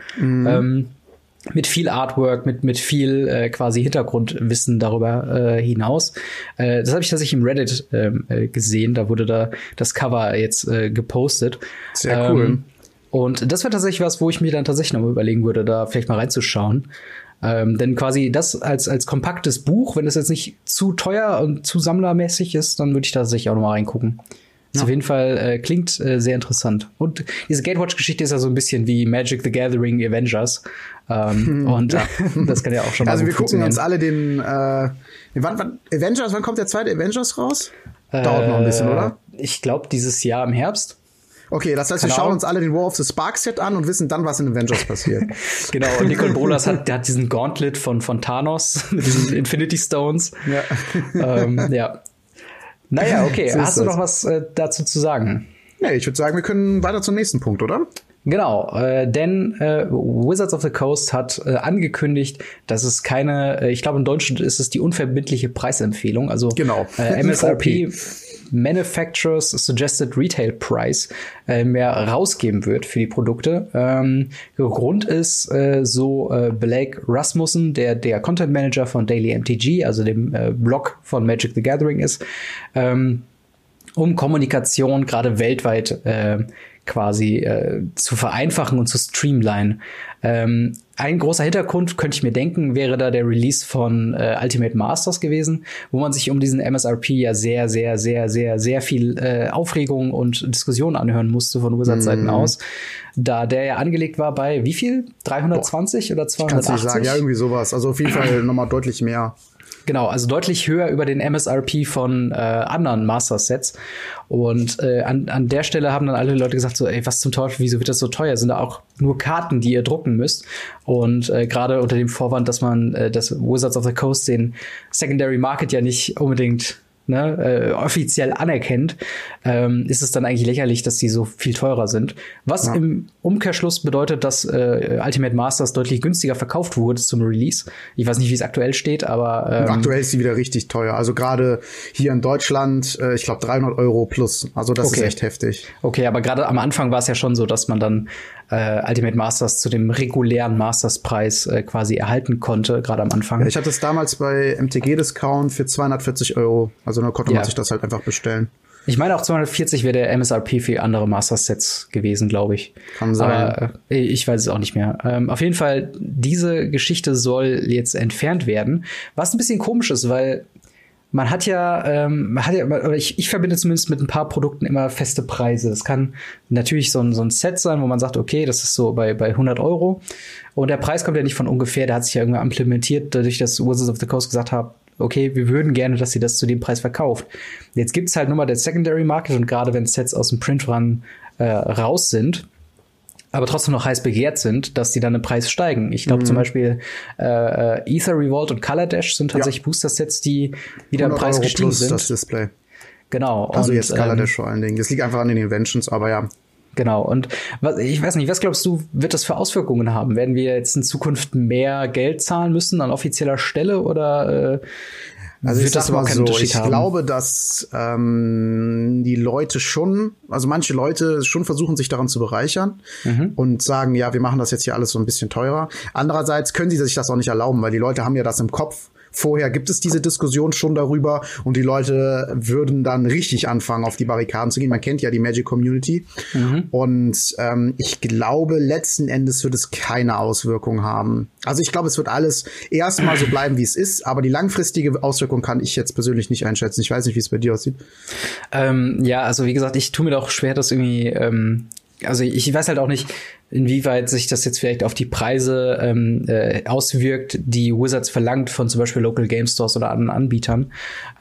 Mit viel Artwork, mit viel quasi Hintergrundwissen darüber hinaus. Das habe ich tatsächlich im Reddit gesehen. Da wurde das Cover jetzt gepostet. Sehr cool. Und das wäre tatsächlich was, wo ich mir dann tatsächlich noch mal überlegen würde, da vielleicht mal reinzuschauen. Denn quasi das als kompaktes Buch, wenn es jetzt nicht zu teuer und zu sammlermäßig ist, dann würde ich da sicher auch noch mal reingucken. Ja. Auf jeden Fall klingt sehr interessant. Und diese Gatewatch-Geschichte ist ja so ein bisschen wie Magic the Gathering Avengers. Und das kann ja auch schon mal also wir gucken uns alle den Avengers, wann kommt der zweite Avengers raus? Dauert noch ein bisschen, oder? Ich glaube, dieses Jahr im Herbst. Okay, das heißt, wir schauen uns alle den War of the Spark Set an und wissen dann, was in Avengers passiert. Genau, und Nicole Bolas hat diesen Gauntlet von Thanos mit diesen Infinity Stones. Ja. Ja. Naja, okay. Hast du noch was dazu zu sagen? Nee, ich würde sagen, wir können weiter zum nächsten Punkt, oder? Genau, denn Wizards of the Coast hat angekündigt, dass es keine, ich glaube in Deutschland ist es die unverbindliche Preisempfehlung, also genau. MSRP, Manufacturers Suggested Retail Price, mehr rausgeben wird für die Produkte. Grund ist Blake Rasmussen, der Content Manager von Daily MTG, also dem Blog von Magic the Gathering ist, um Kommunikation gerade weltweit quasi zu vereinfachen und zu streamlinen. Ein großer Hintergrund, könnte ich mir denken, wäre da der Release von Ultimate Masters gewesen, wo man sich um diesen MSRP ja sehr, sehr, sehr, sehr, sehr viel Aufregung und Diskussion anhören musste von Wizards-Seiten aus. Da der ja angelegt war bei wie viel? 320 oder 280? Kannst du nicht sagen, ja, irgendwie sowas. Also auf jeden Fall nochmal deutlich mehr. Genau, also deutlich höher über den MSRP von anderen Master-Sets. Und an der Stelle haben dann alle Leute gesagt so, ey, was zum Teufel, wieso wird das so teuer? Sind da auch nur Karten, die ihr drucken müsst? Und gerade unter dem Vorwand, dass man das Wizards of the Coast den Secondary Market ja nicht unbedingt offiziell anerkennt, ist es dann eigentlich lächerlich, dass die so viel teurer sind. Was im Umkehrschluss bedeutet, dass Ultimate Masters deutlich günstiger verkauft wurde zum Release. Ich weiß nicht, wie es aktuell steht, aber aktuell ist sie wieder richtig teuer. Also gerade hier in Deutschland, ich glaube 300 € plus. Also das ist echt heftig. Okay, aber gerade am Anfang war es ja schon so, dass man dann Ultimate Masters zu dem regulären Masters-Preis quasi erhalten konnte, gerade am Anfang. Ja, ich hatte es damals bei MTG-Discount für 240 €. Also da konnte man sich das halt einfach bestellen. Ich meine, auch 240 wäre der MSRP für andere Masters-Sets gewesen, glaube ich. Kann sein. Aber ich weiß es auch nicht mehr. Auf jeden Fall, diese Geschichte soll jetzt entfernt werden. Was ein bisschen komisch ist, weil man hat ja, ich verbinde zumindest mit ein paar Produkten immer feste Preise. Es kann natürlich so ein Set sein, wo man sagt, okay, das ist so bei 100 €. Und der Preis kommt ja nicht von ungefähr, der hat sich ja irgendwann implementiert, dadurch, dass Wizards of the Coast gesagt hat, okay, wir würden gerne, dass sie das zu dem Preis verkauft. Jetzt gibt's halt nur mal den Secondary Market und gerade wenn Sets aus dem Print-Run raus sind, aber trotzdem noch heiß begehrt sind, dass die dann im Preis steigen. Ich glaube zum Beispiel Aether Revolt und Color Dash sind tatsächlich Booster-Sets, die wieder im Preis gestiegen plus sind. Das Display. Genau. Also jetzt Color Dash vor allen Dingen. Das liegt einfach an den Inventions, aber ja. Genau. Und ich weiß nicht, was glaubst du, wird das für Auswirkungen haben? Werden wir jetzt in Zukunft mehr Geld zahlen müssen an offizieller Stelle oder also wird das überhaupt keinen Unterschied haben? Ich glaube, dass die Leute schon, also manche Leute schon versuchen, sich daran zu bereichern und sagen, ja, wir machen das jetzt hier alles so ein bisschen teurer. Andererseits können sie sich das auch nicht erlauben, weil die Leute haben ja das im Kopf, vorher gibt es diese Diskussion schon darüber und die Leute würden dann richtig anfangen, auf die Barrikaden zu gehen. Man kennt ja die Magic-Community. Und ich glaube, letzten Endes wird es keine Auswirkungen haben. Also ich glaube, es wird alles erstmal so bleiben, wie es ist, aber die langfristige Auswirkung kann ich jetzt persönlich nicht einschätzen. Ich weiß nicht, wie es bei dir aussieht. Ja, also wie gesagt, ich tue mir doch schwer, das irgendwie also ich weiß halt auch nicht, inwieweit sich das jetzt vielleicht auf die Preise auswirkt, die Wizards verlangt von zum Beispiel Local Game Stores oder anderen Anbietern.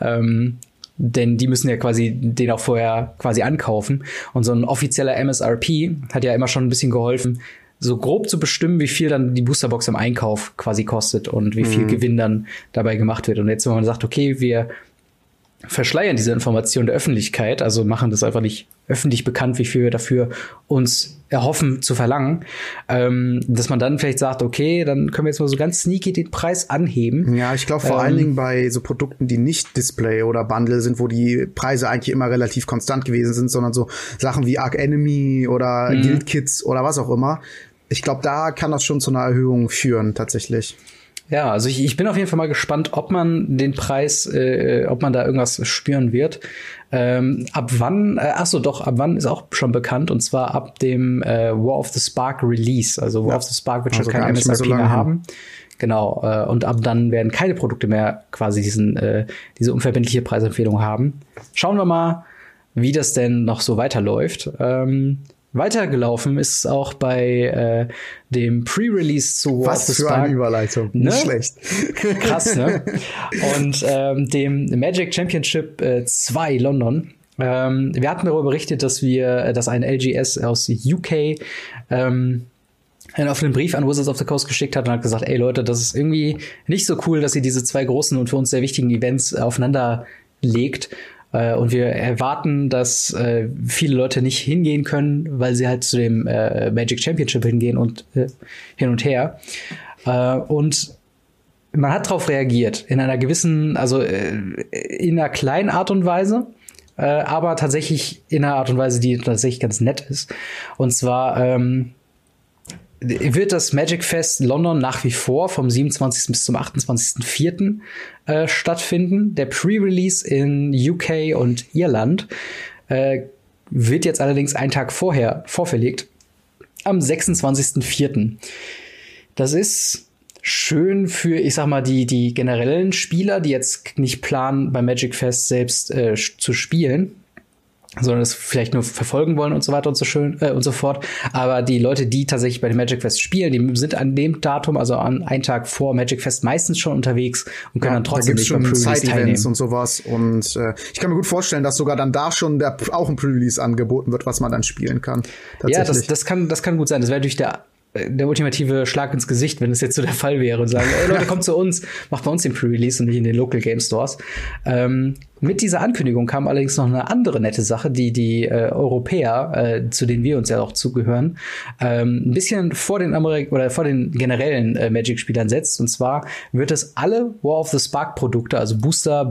Denn die müssen ja quasi den auch vorher quasi ankaufen. Und so ein offizieller MSRP hat ja immer schon ein bisschen geholfen, so grob zu bestimmen, wie viel dann die Boosterbox im Einkauf quasi kostet und wie viel Gewinn dann dabei gemacht wird. Und jetzt, wenn man sagt, okay, wir verschleiern diese Information der Öffentlichkeit, also machen das einfach nicht öffentlich bekannt, wie viel wir dafür uns erhoffen zu verlangen, dass man dann vielleicht sagt, okay, dann können wir jetzt mal so ganz sneaky den Preis anheben. Ja, ich glaube vor allen Dingen bei so Produkten, die nicht Display oder Bundle sind, wo die Preise eigentlich immer relativ konstant gewesen sind, sondern so Sachen wie Arc Enemy oder Guild Kits oder was auch immer. Ich glaube, da kann das schon zu einer Erhöhung führen, tatsächlich. Ja, also ich bin auf jeden Fall mal gespannt, ob man den Preis, ob man da irgendwas spüren wird. Ab wann, ab wann ist auch schon bekannt, und zwar ab dem War of the Spark Release. Also War of the Spark wird schon kein MSRP mehr haben. Genau, und ab dann werden keine Produkte mehr quasi diese unverbindliche Preisempfehlung haben. Schauen wir mal, wie das denn noch so weiterläuft. Weitergelaufen ist auch bei dem Pre-Release zu War of the Spark. Was für eine Überleitung. Ne? Nicht schlecht. Krass, ne? Und dem Magic Championship 2 London. Wir hatten darüber berichtet, dass ein LGS aus UK einen offenen Brief an Wizards of the Coast geschickt hat und hat gesagt, ey Leute, das ist irgendwie nicht so cool, dass ihr diese zwei großen und für uns sehr wichtigen Events aufeinander legt. Und wir erwarten, dass viele Leute nicht hingehen können, weil sie halt zu dem Magic Championship hingehen und hin und her. Und man hat darauf reagiert in einer gewissen, also in einer kleinen Art und Weise, aber tatsächlich in einer Art und Weise, die tatsächlich ganz nett ist. Und zwar wird das Magic Fest London nach wie vor vom 27. bis zum 28.04. Stattfinden. Der Pre-Release in UK und Irland wird jetzt allerdings einen Tag vorher vorverlegt, am 26.04. Das ist schön für, ich sag mal, die generellen Spieler, die jetzt nicht planen, beim Magic Fest selbst zu spielen, sondern es vielleicht nur verfolgen wollen und so weiter und so fort. Aber die Leute, die tatsächlich bei dem Magic Fest spielen, die sind an dem Datum, also an einen Tag vor Magic Fest, meistens schon unterwegs und können dann trotzdem nicht beim Pre-Release teilnehmen. Und sowas. Und ich kann mir gut vorstellen, dass sogar dann da schon auch ein Pre-Release angeboten wird, was man dann spielen kann. Ja, das kann gut sein. Das wäre natürlich der ultimative Schlag ins Gesicht, wenn es jetzt so der Fall wäre und sagen, ey Leute, kommt zu uns, macht bei uns den Pre-Release und nicht in den Local Game Stores. Mit dieser Ankündigung kam allerdings noch eine andere nette Sache, die Europäer, zu denen wir uns ja auch zugehören, ein bisschen vor den generellen Magic-Spielern setzt. Und zwar wird es alle War of the Spark-Produkte, also Booster,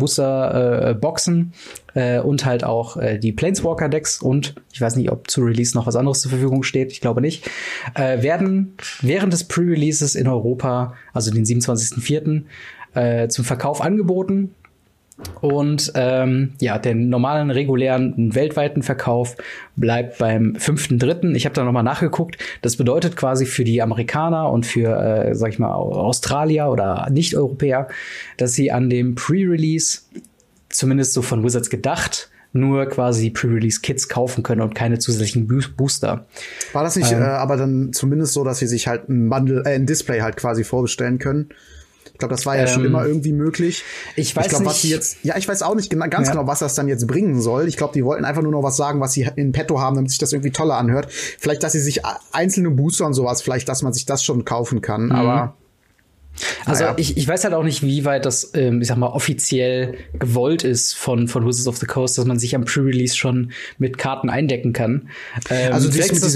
Boxen und halt auch die Planeswalker-Decks und ich weiß nicht, ob zu Release noch was anderes zur Verfügung steht, ich glaube nicht, werden während des Pre-Releases in Europa, also den 27.04., zum Verkauf angeboten. Und den normalen, regulären, weltweiten Verkauf bleibt beim 5.3. Ich habe da nochmal nachgeguckt. Das bedeutet quasi für die Amerikaner und für, sag ich mal, Australier oder Nicht-Europäer, dass sie an dem Pre-Release, zumindest so von Wizards gedacht, nur quasi Pre-Release-Kits kaufen können und keine zusätzlichen Booster. War das nicht aber dann zumindest so, dass sie sich halt ein Display halt quasi vorbestellen können? Ich glaube, das war ja schon immer irgendwie möglich. Ich weiß nicht. Was sie jetzt, ich weiß auch nicht ganz genau, was das dann jetzt bringen soll. Ich glaube, die wollten einfach nur noch was sagen, was sie in petto haben, damit sich das irgendwie toller anhört. Vielleicht, dass sie sich einzelne Booster und sowas, vielleicht, dass man sich das schon kaufen kann, aber also ich weiß halt auch nicht, wie weit das, ich sag mal, offiziell gewollt ist von Wizards of the Coast, dass man sich am Pre-Release schon mit Karten eindecken kann. Also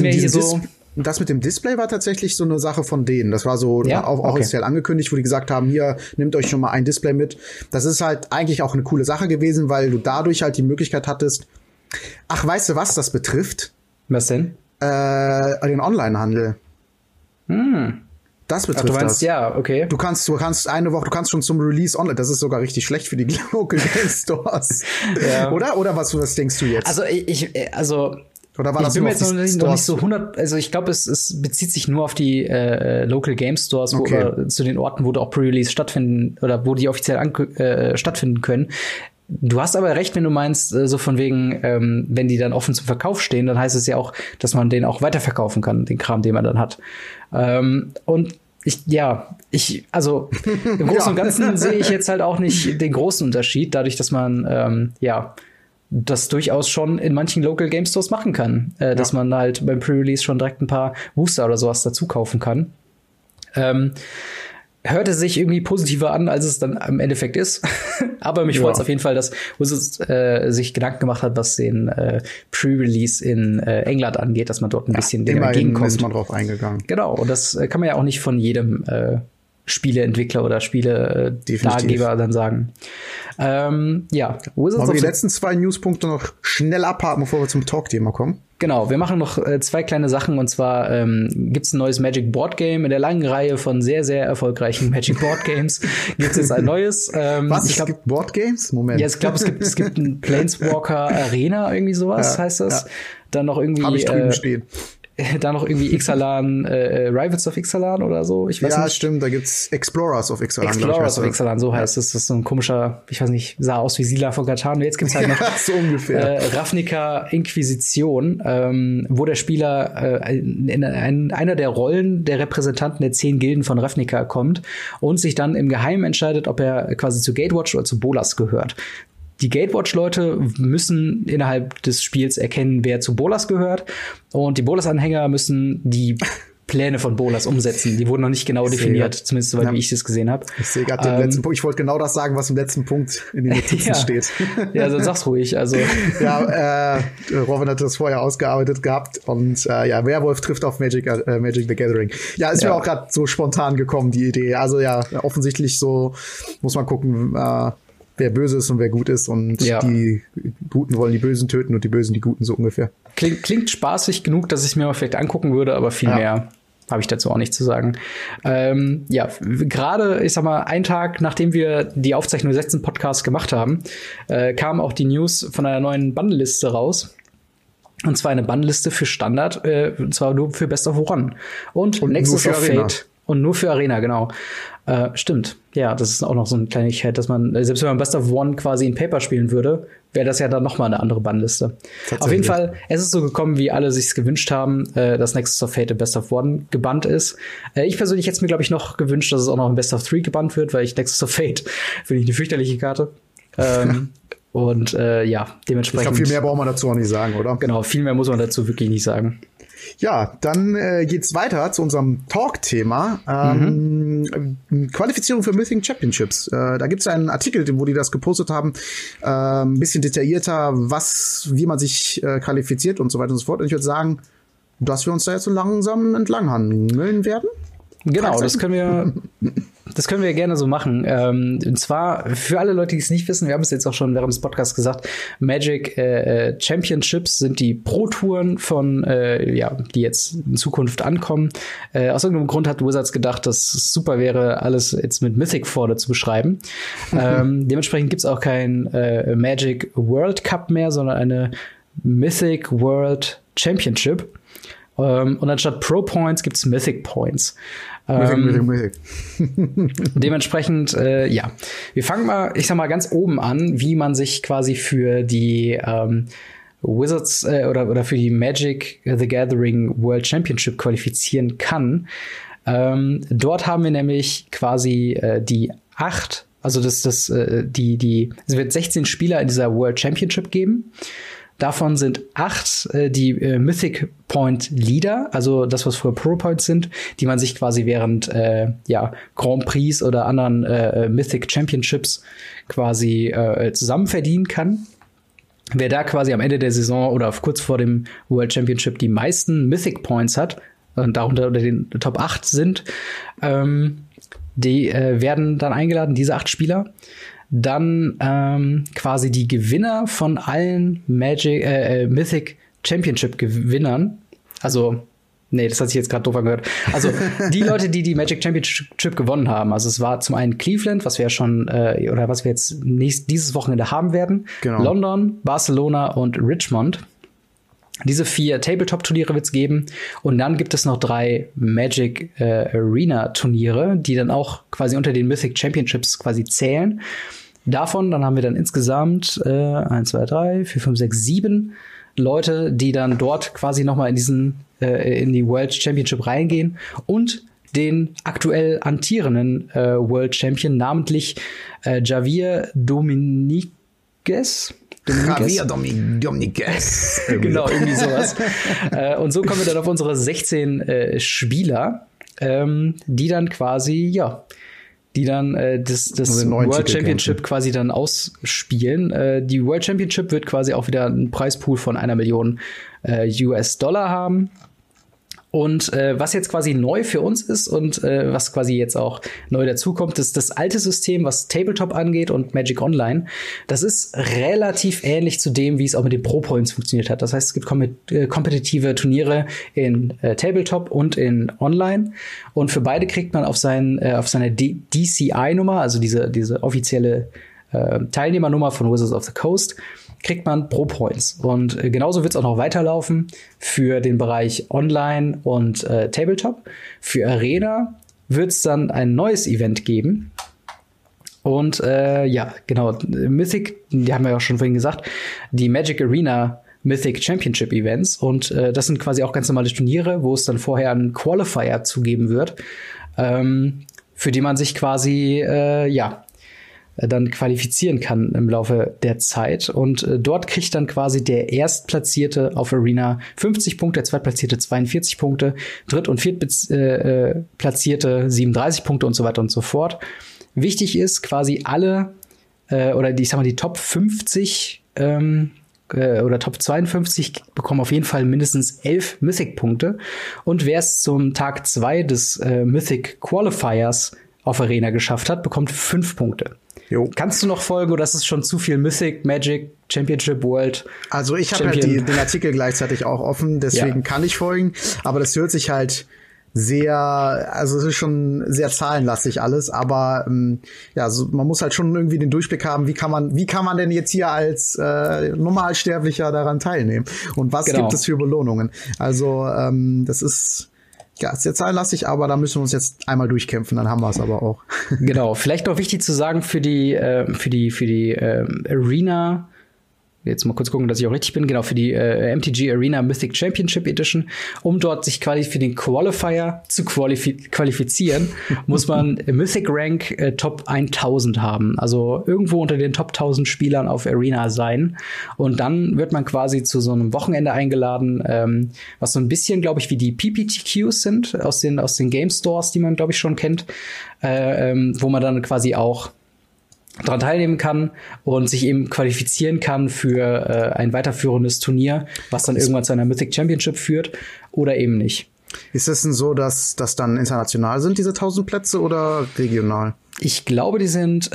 das mit dem Display war tatsächlich so eine Sache von denen. Das war so auch offiziell angekündigt, wo die gesagt haben, hier, nehmt euch schon mal ein Display mit. Das ist halt eigentlich auch eine coole Sache gewesen, weil du dadurch halt die Möglichkeit hattest, weißt du, was das betrifft? Was denn? Den Onlinehandel. Das betrifft du meinst, das. ja, okay. Du kannst eine Woche, du kannst schon zum Release online. Das ist sogar richtig schlecht für die Local Game Stores. Ja. Oder was denkst du jetzt? Oder war das bin mir jetzt noch nicht so 100, also ich glaube, es bezieht sich nur auf die Local Game Stores, oder zu den Orten, wo auch Pre-Release stattfinden oder wo die offiziell stattfinden können. Du hast aber recht, wenn du meinst, so von wegen, wenn die dann offen zum Verkauf stehen, dann heißt es ja auch, dass man den auch weiterverkaufen kann, den Kram, den man dann hat. Und im Großen und Ganzen sehe ich jetzt halt auch nicht den großen Unterschied, dadurch, dass man, das durchaus schon in manchen Local Game Stores machen kann, dass man halt beim Pre-Release schon direkt ein paar Booster oder sowas dazu kaufen kann. Hörte sich irgendwie positiver an, als es dann im Endeffekt ist. Aber mich freut es auf jeden Fall, dass Wizards sich Gedanken gemacht hat, was den Pre-Release in England angeht, dass man dort ein bisschen dem entgegenkommt. Ist man drauf eingegangen. Genau, und das kann man ja auch nicht von jedem Spieleentwickler oder Spiele-Dargeber dann sagen. Wollen wir die letzten 2 Newspunkte noch schnell abhaken, bevor wir zum Talk-Thema kommen? Genau, wir machen noch 2 kleine Sachen, und zwar gibt's ein neues Magic Board Game. In der langen Reihe von sehr, sehr erfolgreichen Magic Board Games gibt's jetzt ein neues. Es gibt Board Games? Moment. Ja, ich glaube, es gibt ein Planeswalker Arena, irgendwie sowas heißt das. Ja. Dann noch irgendwie hab ich drüben stehen. Da noch irgendwie Ixalan, Rivals of Ixalan oder so. Ich weiß nicht. Ja, stimmt, da gibt's Explorers of Ixalan. Explorers of Ixalan, so heißt es. Das ist so ein komischer, ich weiß nicht, sah aus wie Sila von Catan. Und jetzt gibt's halt noch so ungefähr. Ravnica Inquisition, wo der Spieler in einer der Rollen der Repräsentanten der 10 Gilden von Ravnica kommt und sich dann im Geheimen entscheidet, ob er quasi zu Gatewatch oder zu Bolas gehört. Die Gatewatch-Leute müssen innerhalb des Spiels erkennen, wer zu Bolas gehört. Und die Bolas-Anhänger müssen die Pläne von Bolas umsetzen. Die wurden noch nicht genau definiert, zumindest soweit wie ich das gesehen habe. Ich sehe gerade den letzten Punkt. Ich wollte genau das sagen, was im letzten Punkt in den Notizen steht. Ja, also sag's ruhig. Also. Robin hat das vorher ausgearbeitet gehabt. Und Werwolf trifft auf Magic the Gathering. Ja, ist mir auch gerade so spontan gekommen, die Idee. Also offensichtlich so muss man gucken, wer böse ist und wer gut ist, und die Guten wollen die Bösen töten und die Bösen die Guten, so ungefähr. Klingt spaßig genug, dass ich es mir mal vielleicht angucken würde, aber viel mehr habe ich dazu auch nicht zu sagen. Gerade, ich sag mal, einen Tag, nachdem wir die Aufzeichnung des letzten Podcasts gemacht haben, kam auch die News von einer neuen Bannliste raus. Und zwar eine Bannliste für Standard, und zwar nur für Best of One. Und Nexus of Fate. Und nur für Arena, genau. Stimmt. Ja, das ist auch noch so eine Kleinigkeit, dass man, selbst wenn man Best of One quasi in Paper spielen würde, wäre das ja dann noch mal eine andere Bannliste. Auf jeden Fall, es ist so gekommen, wie alle sich's gewünscht haben, dass Nexus of Fate in Best of One gebannt ist. Ich persönlich hätte es mir, glaube ich, noch gewünscht, dass es auch noch in Best of 3 gebannt wird, weil ich Nexus of Fate finde ich eine fürchterliche Karte. Und dementsprechend. Ich glaube, viel mehr braucht man dazu auch nicht sagen, oder? Genau, viel mehr muss man dazu wirklich nicht sagen. Ja, dann geht's weiter zu unserem Talk-Thema. Qualifizierung für Mythic Championships. Da gibt's einen Artikel, wo die das gepostet haben, ein bisschen detaillierter, wie man sich qualifiziert und so weiter und so fort. Und ich würde sagen, dass wir uns da jetzt so langsam entlanghangeln werden. Genau, das können wir gerne so machen. Und zwar, für alle Leute, die es nicht wissen, wir haben es jetzt auch schon während des Podcasts gesagt, Magic Championships sind die Pro-Touren von, die jetzt in Zukunft ankommen. Aus irgendeinem Grund hat Wizards gedacht, dass es super wäre, alles jetzt mit Mythic vorne zu beschreiben. Dementsprechend gibt's auch kein Magic World Cup mehr, sondern eine Mythic World Championship. Und anstatt Pro Points gibt's Mythic Points. Mythic. Dementsprechend, wir fangen mal, ich sag mal, ganz oben an, wie man sich quasi für die Wizards oder für die Magic the Gathering World Championship qualifizieren kann. Dort haben wir nämlich quasi die 8, also es wird 16 Spieler in dieser World Championship geben. Davon sind 8 die Mythic Point Leader, also das, was früher Pro Points sind, die man sich quasi während Grand Prix oder anderen Mythic Championships quasi zusammen verdienen kann. Wer da quasi am Ende der Saison oder kurz vor dem World Championship die meisten Mythic Points hat und darunter unter den Top 8 sind, die werden dann eingeladen, diese 8 Spieler. Dann quasi die Gewinner von allen Mythic Championship Gewinnern, also Nee, das hat sich jetzt gerade doof angehört. Also die Leute, die Magic Championship gewonnen haben, also es war zum einen Cleveland, was wir ja schon, oder was wir jetzt dieses Wochenende haben werden, genau. London, Barcelona und Richmond. Diese 4 Tabletop-Turniere wird's geben. Und dann gibt es noch 3 Magic Arena-Turniere, die dann auch quasi unter den Mythic Championships quasi zählen. Davon, dann haben wir dann insgesamt 1, 2, 3, 4, 5, 6, 7 Leute, die dann dort quasi noch mal in die World Championship reingehen und den aktuell amtierenden World Champion, namentlich Javier Dominguez. Javier Dominguez. Genau, irgendwie sowas. Und so kommen wir dann auf unsere 16 Spieler, die dann quasi, das World Championship quasi dann ausspielen. Die World Championship wird quasi auch wieder einen Preispool von 1 Million US-Dollar haben. Und was jetzt quasi neu für uns ist und was quasi jetzt auch neu dazukommt, ist das alte System, was Tabletop angeht und Magic Online. Das ist relativ ähnlich zu dem, wie es auch mit den Pro Points funktioniert hat. Das heißt, es gibt kompetitive Turniere in Tabletop und in Online. Und für beide kriegt man auf seine DCI-Nummer, also diese offizielle Teilnehmernummer von Wizards of the Coast, kriegt man Pro Points. Und genauso wird es auch noch weiterlaufen für den Bereich Online und Tabletop. Für Arena wird es dann ein neues Event geben. Und genau, Mythic, die haben wir ja auch schon vorhin gesagt, die Magic Arena Mythic Championship Events. Und das sind quasi auch ganz normale Turniere, wo es dann vorher einen Qualifier zugeben wird, für die man sich quasi, dann qualifizieren kann im Laufe der Zeit. Und dort kriegt dann quasi der Erstplatzierte auf Arena 50 Punkte, der Zweitplatzierte 42 Punkte, Dritt- und Viertplatzierte 37 Punkte und so weiter und so fort. Wichtig ist quasi alle, die Top 50 oder Top 52 bekommen auf jeden Fall mindestens 11 Mythic-Punkte. Und wer es zum Tag 2 des Mythic Qualifiers auf Arena geschafft hat, bekommt 5 Punkte. Jo. Kannst du noch folgen oder ist es schon zu viel Mythic, Magic, Championship, World? Also ich habe halt den Artikel gleichzeitig auch offen, deswegen kann ich folgen. Aber das hört sich halt es ist schon sehr zahlenlastig alles, aber man muss halt schon irgendwie den Durchblick haben, wie kann man denn jetzt hier als Normalsterblicher daran teilnehmen? Und was gibt es für Belohnungen? Also das ist sehr zahlenlastig, aber da müssen wir uns jetzt einmal durchkämpfen, dann haben wir es aber auch. Genau, vielleicht noch wichtig zu sagen für die Arena, jetzt mal kurz gucken, dass ich auch richtig bin, genau, für die MTG Arena Mythic Championship Edition, um dort sich quasi für den Qualifier zu qualifizieren, muss man Mythic Rank Top 1000 haben, also irgendwo unter den Top 1000 Spielern auf Arena sein, und dann wird man quasi zu so einem Wochenende eingeladen, was so ein bisschen, glaube ich, wie die PPTQs sind aus den Game Stores, die man, glaube ich, schon kennt, wo man dann quasi auch daran teilnehmen kann und sich eben qualifizieren kann für ein weiterführendes Turnier, was dann irgendwann zu einer Mythic Championship führt oder eben nicht. Ist es denn so, dass das dann international sind, diese 1000 Plätze, oder regional? Ich glaube, die sind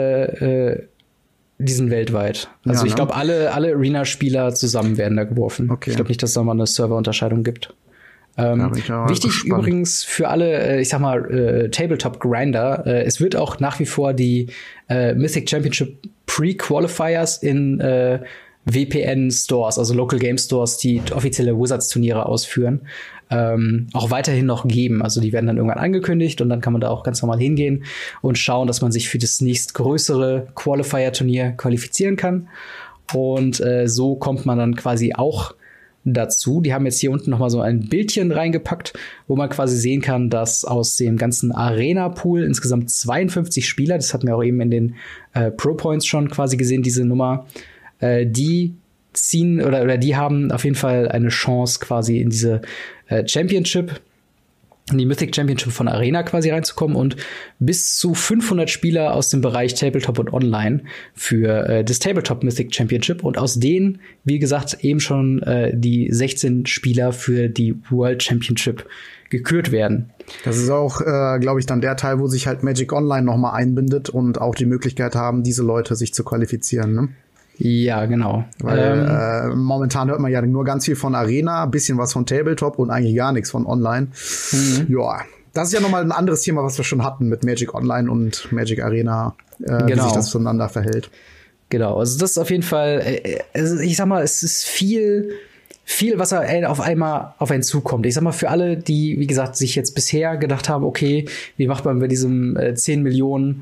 weltweit. Also ich glaube, alle Arena-Spieler zusammen werden da geworfen. Okay. Ich glaube nicht, dass es da mal eine Serverunterscheidung gibt. Wichtig übrigens für alle, Tabletop-Grinder, es wird auch nach wie vor die Mythic Championship Pre-Qualifiers in WPN-Stores, also Local Game Stores, die offizielle Wizards-Turniere ausführen, auch weiterhin noch geben. Also die werden dann irgendwann angekündigt und dann kann man da auch ganz normal hingehen und schauen, dass man sich für das nächstgrößere Qualifier-Turnier qualifizieren kann. Und so kommt man dann quasi auch dazu. Die haben jetzt hier unten noch mal so ein Bildchen reingepackt, wo man quasi sehen kann, dass aus dem ganzen Arena-Pool insgesamt 52 Spieler, das hatten wir auch eben in den Pro Points schon quasi gesehen, diese Nummer, die ziehen oder die haben auf jeden Fall eine Chance, quasi in diese Championship, in die Mythic Championship von Arena quasi reinzukommen, und bis zu 500 Spieler aus dem Bereich Tabletop und Online für das Tabletop Mythic Championship, und aus denen, wie gesagt, eben schon die 16 Spieler für die World Championship gekürt werden. Das ist auch, glaube ich, dann der Teil, wo sich halt Magic Online noch mal einbindet und auch die Möglichkeit haben, diese Leute sich zu qualifizieren, ne? Ja, genau. Weil momentan hört man ja nur ganz viel von Arena, bisschen was von Tabletop und eigentlich gar nichts von Online. Ja, das ist ja nochmal ein anderes Thema, was wir schon hatten mit Magic Online und Magic Arena, wie sich das zueinander verhält. Genau, also das ist auf jeden Fall, also ich sag mal, es ist viel, was auf einmal auf einen zukommt. Ich sag mal, für alle, die, wie gesagt, sich jetzt bisher gedacht haben, okay, wie macht man bei diesem 10 Millionen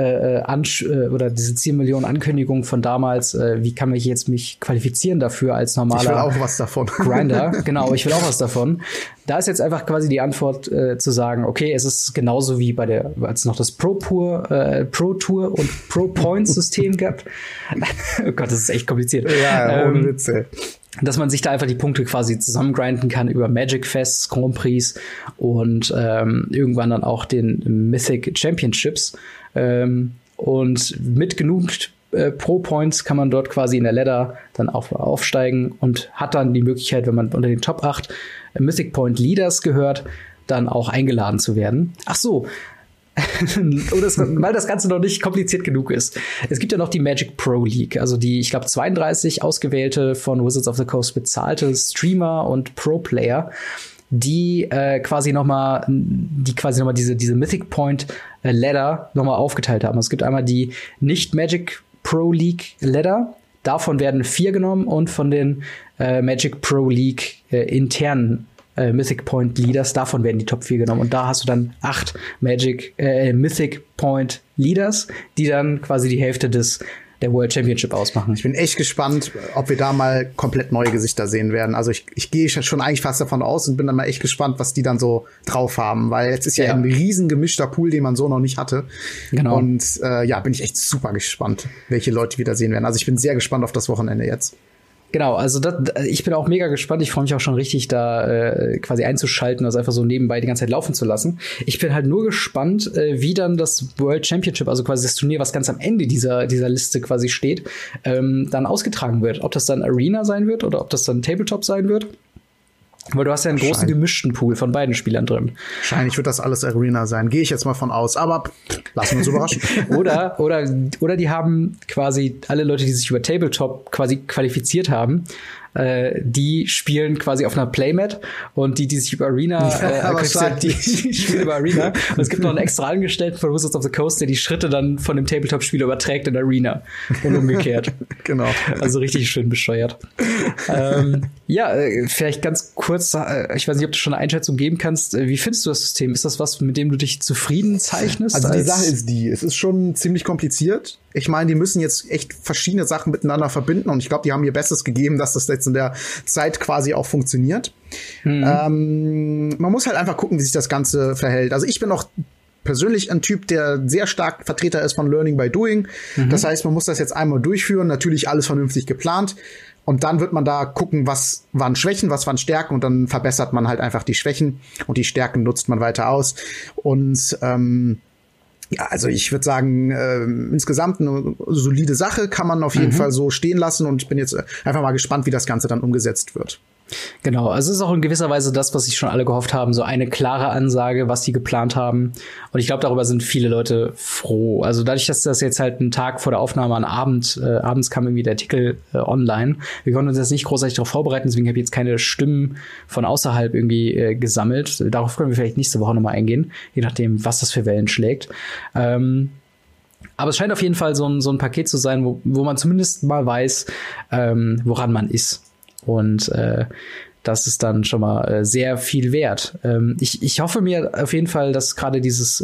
oder diese 10 Millionen Ankündigung von damals, wie kann ich jetzt mich qualifizieren dafür als normaler Ich will auch was davon. Grinder? Genau, ich will auch was davon. Da ist jetzt einfach quasi die Antwort zu sagen, okay, es ist genauso wie als noch das Pro Tour und Pro Points System gab. Oh Gott, das ist echt kompliziert. Ja, ohne Witze. Dass man sich da einfach die Punkte quasi zusammengrinden kann über Magic Fests, Grand Prix und irgendwann dann auch den Mythic Championships. Und mit genug Pro-Points kann man dort quasi in der Ladder dann aufsteigen und hat dann die Möglichkeit, wenn man unter den Top 8 Mythic Point Leaders gehört, dann auch eingeladen zu werden. Ach so, weil das Ganze noch nicht kompliziert genug ist. Es gibt ja noch die Magic Pro League, also die, ich glaube, 32 ausgewählte von Wizards of the Coast bezahlte Streamer und Pro-Player, die quasi noch mal diese Mythic Point Ladder noch mal aufgeteilt haben. Es gibt einmal die nicht Magic Pro League Ladder. Davon werden 4 genommen und von den Magic Pro League internen Mythic Point Leaders, davon werden die Top 4 genommen. Und da hast du dann 8 Mythic Point Leaders, die dann quasi die Hälfte der World Championship ausmachen. Ich bin echt gespannt, ob wir da mal komplett neue Gesichter sehen werden. Also ich gehe schon eigentlich fast davon aus und bin dann mal echt gespannt, was die dann so drauf haben, weil jetzt ist ja ein riesen gemischter Pool, den man so noch nicht hatte. Genau. Und bin ich echt super gespannt, welche Leute wir da sehen werden. Also ich bin sehr gespannt auf das Wochenende jetzt. Genau, also ich bin auch mega gespannt. Ich freue mich auch schon richtig, da quasi einzuschalten, das einfach so nebenbei die ganze Zeit laufen zu lassen. Ich bin halt nur gespannt, wie dann das World Championship, also quasi das Turnier, was ganz am Ende dieser Liste quasi steht, dann ausgetragen wird. Ob das dann Arena sein wird oder ob das dann Tabletop sein wird. Weil du hast ja einen großen gemischten Pool von beiden Spielern drin. Wahrscheinlich wird das alles Arena sein. Gehe ich jetzt mal von aus. Aber lassen wir uns überraschen. oder die haben quasi alle Leute, die sich über Tabletop quasi qualifiziert haben, die spielen quasi auf einer Playmat und die sich über Arena die spielen über Arena. Und es gibt noch einen extra Angestellten von Wizards of the Coast, der die Schritte dann von dem Tabletop-Spieler überträgt in Arena und umgekehrt. Genau. Also richtig schön bescheuert. Vielleicht ganz kurz, ich weiß nicht, ob du schon eine Einschätzung geben kannst. Wie findest du das System? Ist das was, mit dem du dich zufrieden zeichnest? Also die Sache ist es ist schon ziemlich kompliziert. Ich meine, die müssen jetzt echt verschiedene Sachen miteinander verbinden und ich glaube, die haben ihr Bestes gegeben, dass das jetzt in der Zeit quasi auch funktioniert. Man muss halt einfach gucken, wie sich das Ganze verhält. Also ich bin auch persönlich ein Typ, der sehr stark Vertreter ist von Learning by Doing. Das heißt, man muss das jetzt einmal durchführen, natürlich alles vernünftig geplant. Und dann wird man da gucken, was waren Schwächen, was waren Stärken und dann verbessert man halt einfach die Schwächen und die Stärken nutzt man weiter aus. Und also ich würde sagen, insgesamt eine solide Sache, kann man auf jeden Fall so stehen lassen und ich bin jetzt einfach mal gespannt, wie das Ganze dann umgesetzt wird. Genau, also es ist auch in gewisser Weise das, was sich schon alle gehofft haben, so eine klare Ansage, was die geplant haben. Und ich glaube, darüber sind viele Leute froh. Also dadurch, dass das jetzt halt einen Tag vor der Aufnahme abends kam irgendwie der Artikel online. Wir konnten uns jetzt nicht großartig darauf vorbereiten, deswegen habe ich jetzt keine Stimmen von außerhalb irgendwie gesammelt. Darauf können wir vielleicht nächste Woche nochmal eingehen, je nachdem, was das für Wellen schlägt. Aber es scheint auf jeden Fall so ein Paket zu sein, wo man zumindest mal weiß, woran man ist. Und das ist dann schon mal sehr viel wert. Ich hoffe mir auf jeden Fall, dass gerade dieses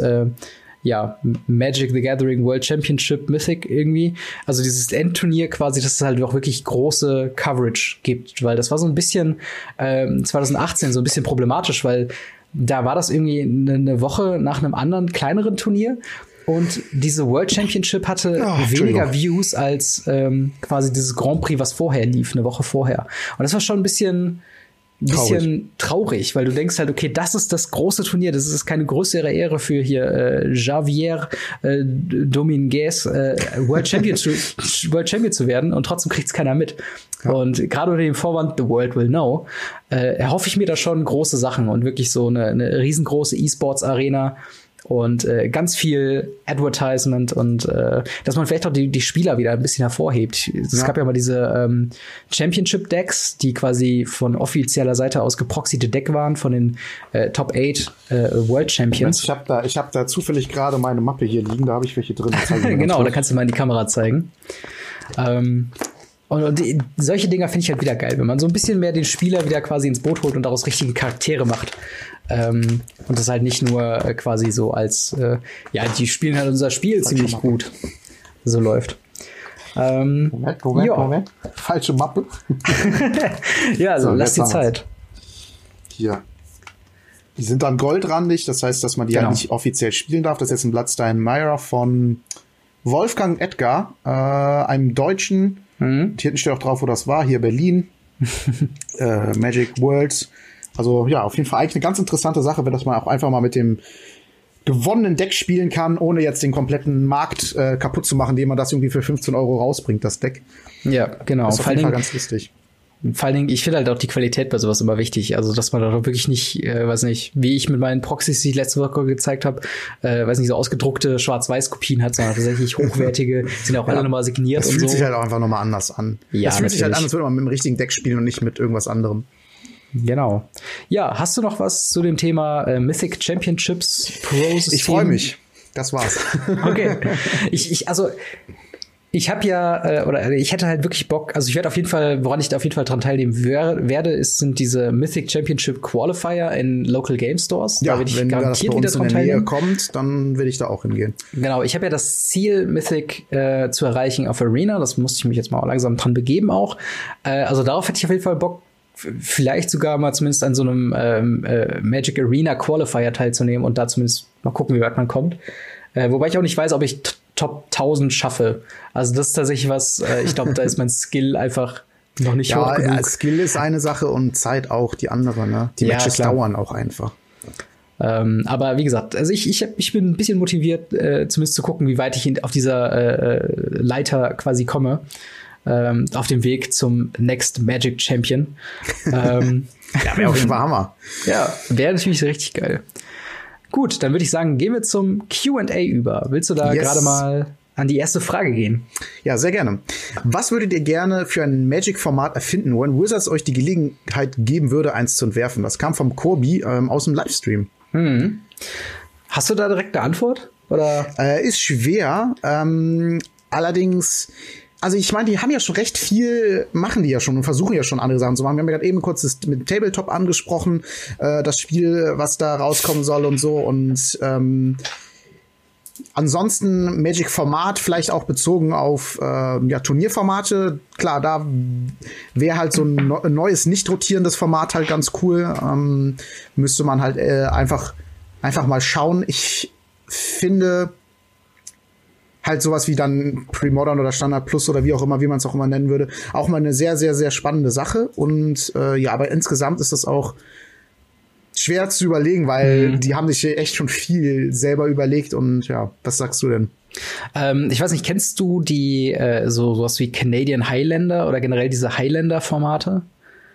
Magic the Gathering World Championship Mythic irgendwie, also dieses Endturnier quasi, dass es halt auch wirklich große Coverage gibt, weil das war so ein bisschen 2018 so ein bisschen problematisch, weil da war das irgendwie eine Woche nach einem anderen kleineren Turnier. Und diese World Championship hatte weniger Views als quasi dieses Grand Prix, was vorher lief, eine Woche vorher. Und das war schon ein bisschen traurig, weil du denkst halt, okay, das ist das große Turnier, das ist keine größere Ehre für hier Javier Dominguez World Champion zu werden und trotzdem kriegt's keiner mit. Ja. Und gerade unter dem Vorwand The World Will Know erhoffe ich mir da schon große Sachen und wirklich so eine riesengroße E-Sports-Arena. und ganz viel Advertisement und dass man vielleicht auch die Spieler wieder ein bisschen hervorhebt. Es gab ja mal diese Championship-Decks, die quasi von offizieller Seite aus geproxyte Deck waren von den Top 8 World Champions. Ich hab da zufällig gerade meine Mappe hier liegen, da habe ich welche drin. Genau, da kannst du mal in die Kamera zeigen. Und solche Dinger finde ich halt wieder geil, wenn man so ein bisschen mehr den Spieler wieder quasi ins Boot holt und daraus richtige Charaktere macht. Und das halt nicht nur quasi so als, die spielen halt unser Spiel ziemlich gut. So läuft. Moment. Falsche Mappe. Ja, also lass die Zeit. Hier. Die sind dann goldrandig, das heißt, dass man die halt nicht offiziell spielen darf. Das ist jetzt ein Bloodstained Mirror von Wolfgang Edgar, einem Deutschen. Hier hinten steht auch drauf, wo das war. Hier Berlin. Magic Worlds. Also ja, auf jeden Fall eigentlich eine ganz interessante Sache, wenn das man auch einfach mal mit dem gewonnenen Deck spielen kann, ohne jetzt den kompletten Markt kaputt zu machen, indem man das irgendwie für 15 € rausbringt, das Deck. Ja, genau. Das ist auf jeden Fall ganz lustig. Vor allen Dingen, ich finde halt auch die Qualität bei sowas immer wichtig. Also, dass man da wirklich nicht, weiß nicht, wie ich mit meinen Proxys, die ich letzte Woche gezeigt habe, weiß nicht, so ausgedruckte Schwarz-Weiß-Kopien hat, sondern tatsächlich hochwertige, sind ja auch alle nochmal signiert und so. Das fühlt sich halt auch einfach nochmal anders an. Ja, das fühlt sich halt an, als würde man mit dem richtigen Deck spielen und nicht mit irgendwas anderem. Genau. Ja, hast du noch was zu dem Thema Mythic Championships Pro-System? Ich freue mich. Das war's. Okay. Ich habe ich hätte halt wirklich Bock, also ich werde auf jeden Fall, woran ich auf jeden Fall dran teilnehmen werde, sind diese Mythic Championship Qualifier in Local Game Stores. Ja, da ich wenn garantiert das bei uns wieder in der Nähe kommt, dann will ich da auch hingehen. Genau, ich habe ja das Ziel, Mythic zu erreichen auf Arena. Das musste ich mich jetzt mal langsam dran begeben auch. Also darauf hätte ich auf jeden Fall Bock, vielleicht sogar mal zumindest an so einem Magic Arena Qualifier teilzunehmen und da zumindest mal gucken, wie weit man kommt. Wobei ich auch nicht weiß, ob ich Top 1000 schaffe. Also das ist tatsächlich was, ich glaube, da ist mein Skill einfach noch nicht hoch genug. Ja, Skill ist eine Sache und Zeit auch die andere, ne? Die Matches dauern auch einfach. Aber wie gesagt, also ich bin ein bisschen motiviert, zumindest zu gucken, wie weit ich auf dieser Leiter quasi komme. Auf dem Weg zum Next Magic Champion. Ja, wäre auf jeden Fall Hammer. Ja, wäre natürlich richtig geil. Gut, dann würde ich sagen, gehen wir zum Q&A über. Willst du da gerade mal an die erste Frage gehen? Ja, sehr gerne. Was würdet ihr gerne für ein Magic-Format erfinden, wenn Wizards euch die Gelegenheit geben würde, eins zu entwerfen? Das kam vom Corby aus dem Livestream. Hast du da direkt eine Antwort? Oder? Ist schwer. Allerdings, also ich meine, die haben ja schon recht viel, machen die ja schon und versuchen ja schon andere Sachen zu machen. Wir haben ja gerade eben kurz das mit Tabletop angesprochen, das Spiel, was da rauskommen soll und so. Und ansonsten Magic-Format, vielleicht auch bezogen auf Turnierformate. Klar, da wäre halt so ein neues, nicht rotierendes Format halt ganz cool. Müsste man halt einfach mal schauen. Ich finde halt sowas wie dann Pre-Modern oder Standard Plus oder wie auch immer, wie man es auch immer nennen würde, auch mal eine sehr, sehr, sehr spannende Sache. Und aber insgesamt ist das auch schwer zu überlegen, weil die haben sich echt schon viel selber überlegt. Und ja, was sagst du denn? Ich weiß nicht, kennst du die sowas wie Canadian Highlander oder generell diese Highlander-Formate?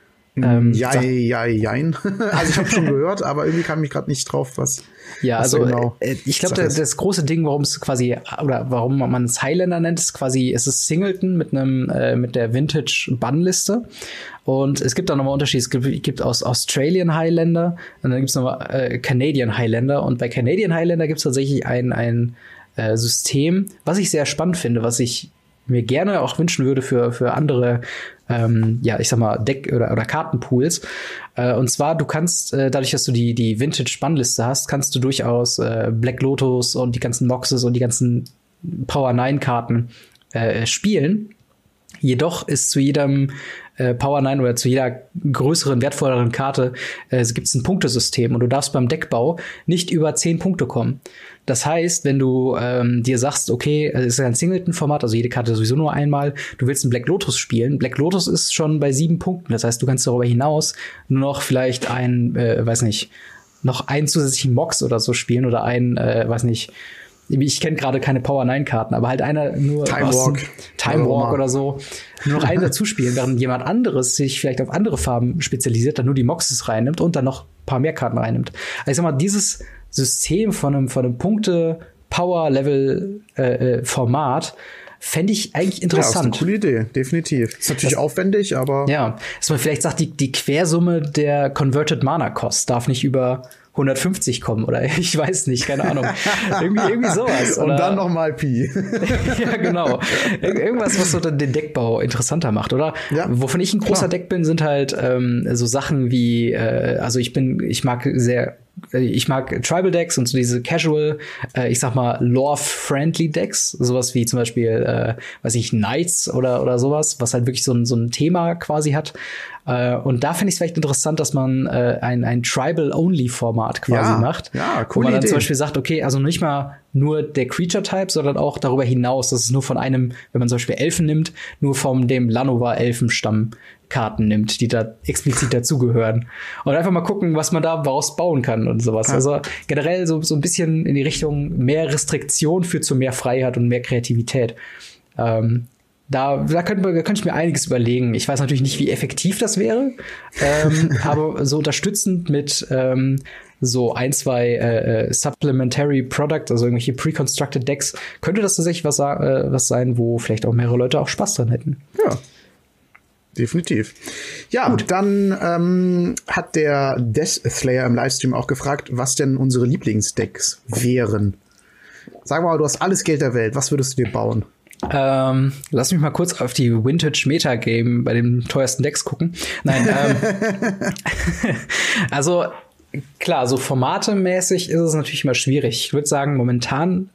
Jein. Also ich habe schon gehört, aber irgendwie kam ich gerade nicht drauf, was. Ja, also genau ich glaube, das große Ding, warum es quasi oder warum man es Highlander nennt, ist quasi, es ist Singleton mit der Vintage-Bannliste. Und es gibt auch nochmal Unterschiede. Es gibt aus Australian Highlander und dann gibt es nochmal Canadian Highlander. Und bei Canadian Highlander gibt es tatsächlich ein System, was ich sehr spannend finde, was ich mir gerne auch wünschen würde für andere, ich sag mal, Deck- oder Kartenpools. Und zwar, du kannst, dadurch, dass du die Vintage-Bannliste hast, kannst du durchaus Black Lotus und die ganzen Moxes und die ganzen Power-9-Karten spielen. Jedoch ist zu jedem Power 9 oder zu jeder größeren, wertvolleren Karte gibt es ein Punktesystem und du darfst beim Deckbau nicht über 10 Punkte kommen. Das heißt, wenn du dir sagst, okay, es ist ja ein Singleton-Format, also jede Karte sowieso nur einmal, du willst einen Black Lotus spielen. Black Lotus ist schon bei 7 Punkten. Das heißt, du kannst darüber hinaus nur noch vielleicht noch einen zusätzlichen Mox oder so spielen oder ich kenne gerade keine Power-9-Karten, aber halt einer nur Time Walk oder so. Nur noch einen dazu spielen, während jemand anderes sich vielleicht auf andere Farben spezialisiert, dann nur die Moxes reinnimmt und dann noch paar mehr Karten reinnimmt. Also ich sag mal, dieses System von einem Punkte-Power-Level-Format fände ich eigentlich interessant. Ja, ist eine coole Idee, definitiv. Ist natürlich aufwendig, aber ja, dass man vielleicht sagt, die Quersumme der Converted Mana Cost darf nicht über 150 kommen oder ich weiß nicht, keine Ahnung. irgendwie sowas. Und oder? dann noch mal Pi. Ja, genau. Irgendwas, was so den Deckbau interessanter macht, oder? Ja. Wovon ich ein großer Deck bin, sind halt so Sachen wie, also ich mag Tribal Decks und so diese Casual, ich sag mal Lore-friendly Decks, sowas wie zum Beispiel, Knights oder sowas, was halt wirklich so ein Thema quasi hat. Und da finde ich es vielleicht interessant, dass man ein Tribal-Only-Format quasi macht. Ja, cool. Wo man dann zum Beispiel sagt, okay, also nicht mal nur der Creature-Type, sondern auch darüber hinaus, dass es nur von einem, wenn man zum Beispiel Elfen nimmt, nur von dem Llanowar-Elfenstamm Karten nimmt, die da explizit dazugehören. Und einfach mal gucken, was man daraus bauen kann und sowas. Ja. Also generell so ein bisschen in die Richtung mehr Restriktion führt zu mehr Freiheit und mehr Kreativität. Da könnte ich mir einiges überlegen. Ich weiß natürlich nicht, wie effektiv das wäre, aber so unterstützend mit so ein, zwei Supplementary Products, also irgendwelche pre-constructed Decks, könnte das tatsächlich was sein, wo vielleicht auch mehrere Leute auch Spaß dran hätten. Ja. Definitiv. Ja, gut. Dann hat der Death Slayer im Livestream auch gefragt, was denn unsere Lieblingsdecks wären. Sag mal, du hast alles Geld der Welt. Was würdest du dir bauen? Lass mich mal kurz auf die Vintage Metagame bei den teuersten Decks gucken. Nein, also klar, so formatemäßig ist es natürlich immer schwierig. Ich würde sagen, momentan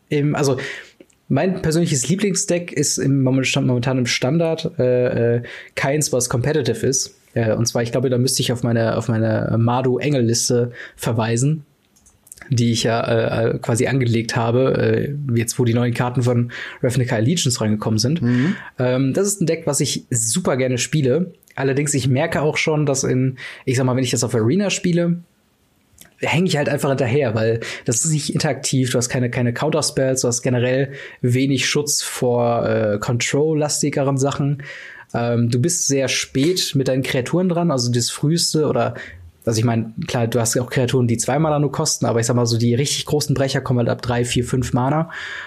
mein persönliches Lieblingsdeck ist momentan im Standard keins, was competitive ist. Und zwar, ich glaube, da müsste ich auf meine Mardu-Engel-Liste verweisen, die ich ja quasi angelegt habe, jetzt wo die neuen Karten von Ravnica Allegiance reingekommen sind. Mhm. Das ist ein Deck, was ich super gerne spiele. Allerdings, ich merke auch schon, dass wenn ich das auf Arena spiele, hänge ich halt einfach hinterher, weil das ist nicht interaktiv, du hast keine Counterspells, du hast generell wenig Schutz vor Control-lastigeren Sachen. Du bist sehr spät mit deinen Kreaturen dran, also das früheste also ich meine, klar, du hast ja auch Kreaturen, die 2 Mana nur kosten, aber ich sag mal so, die richtig großen Brecher kommen halt ab 3, 4, 5 Mana.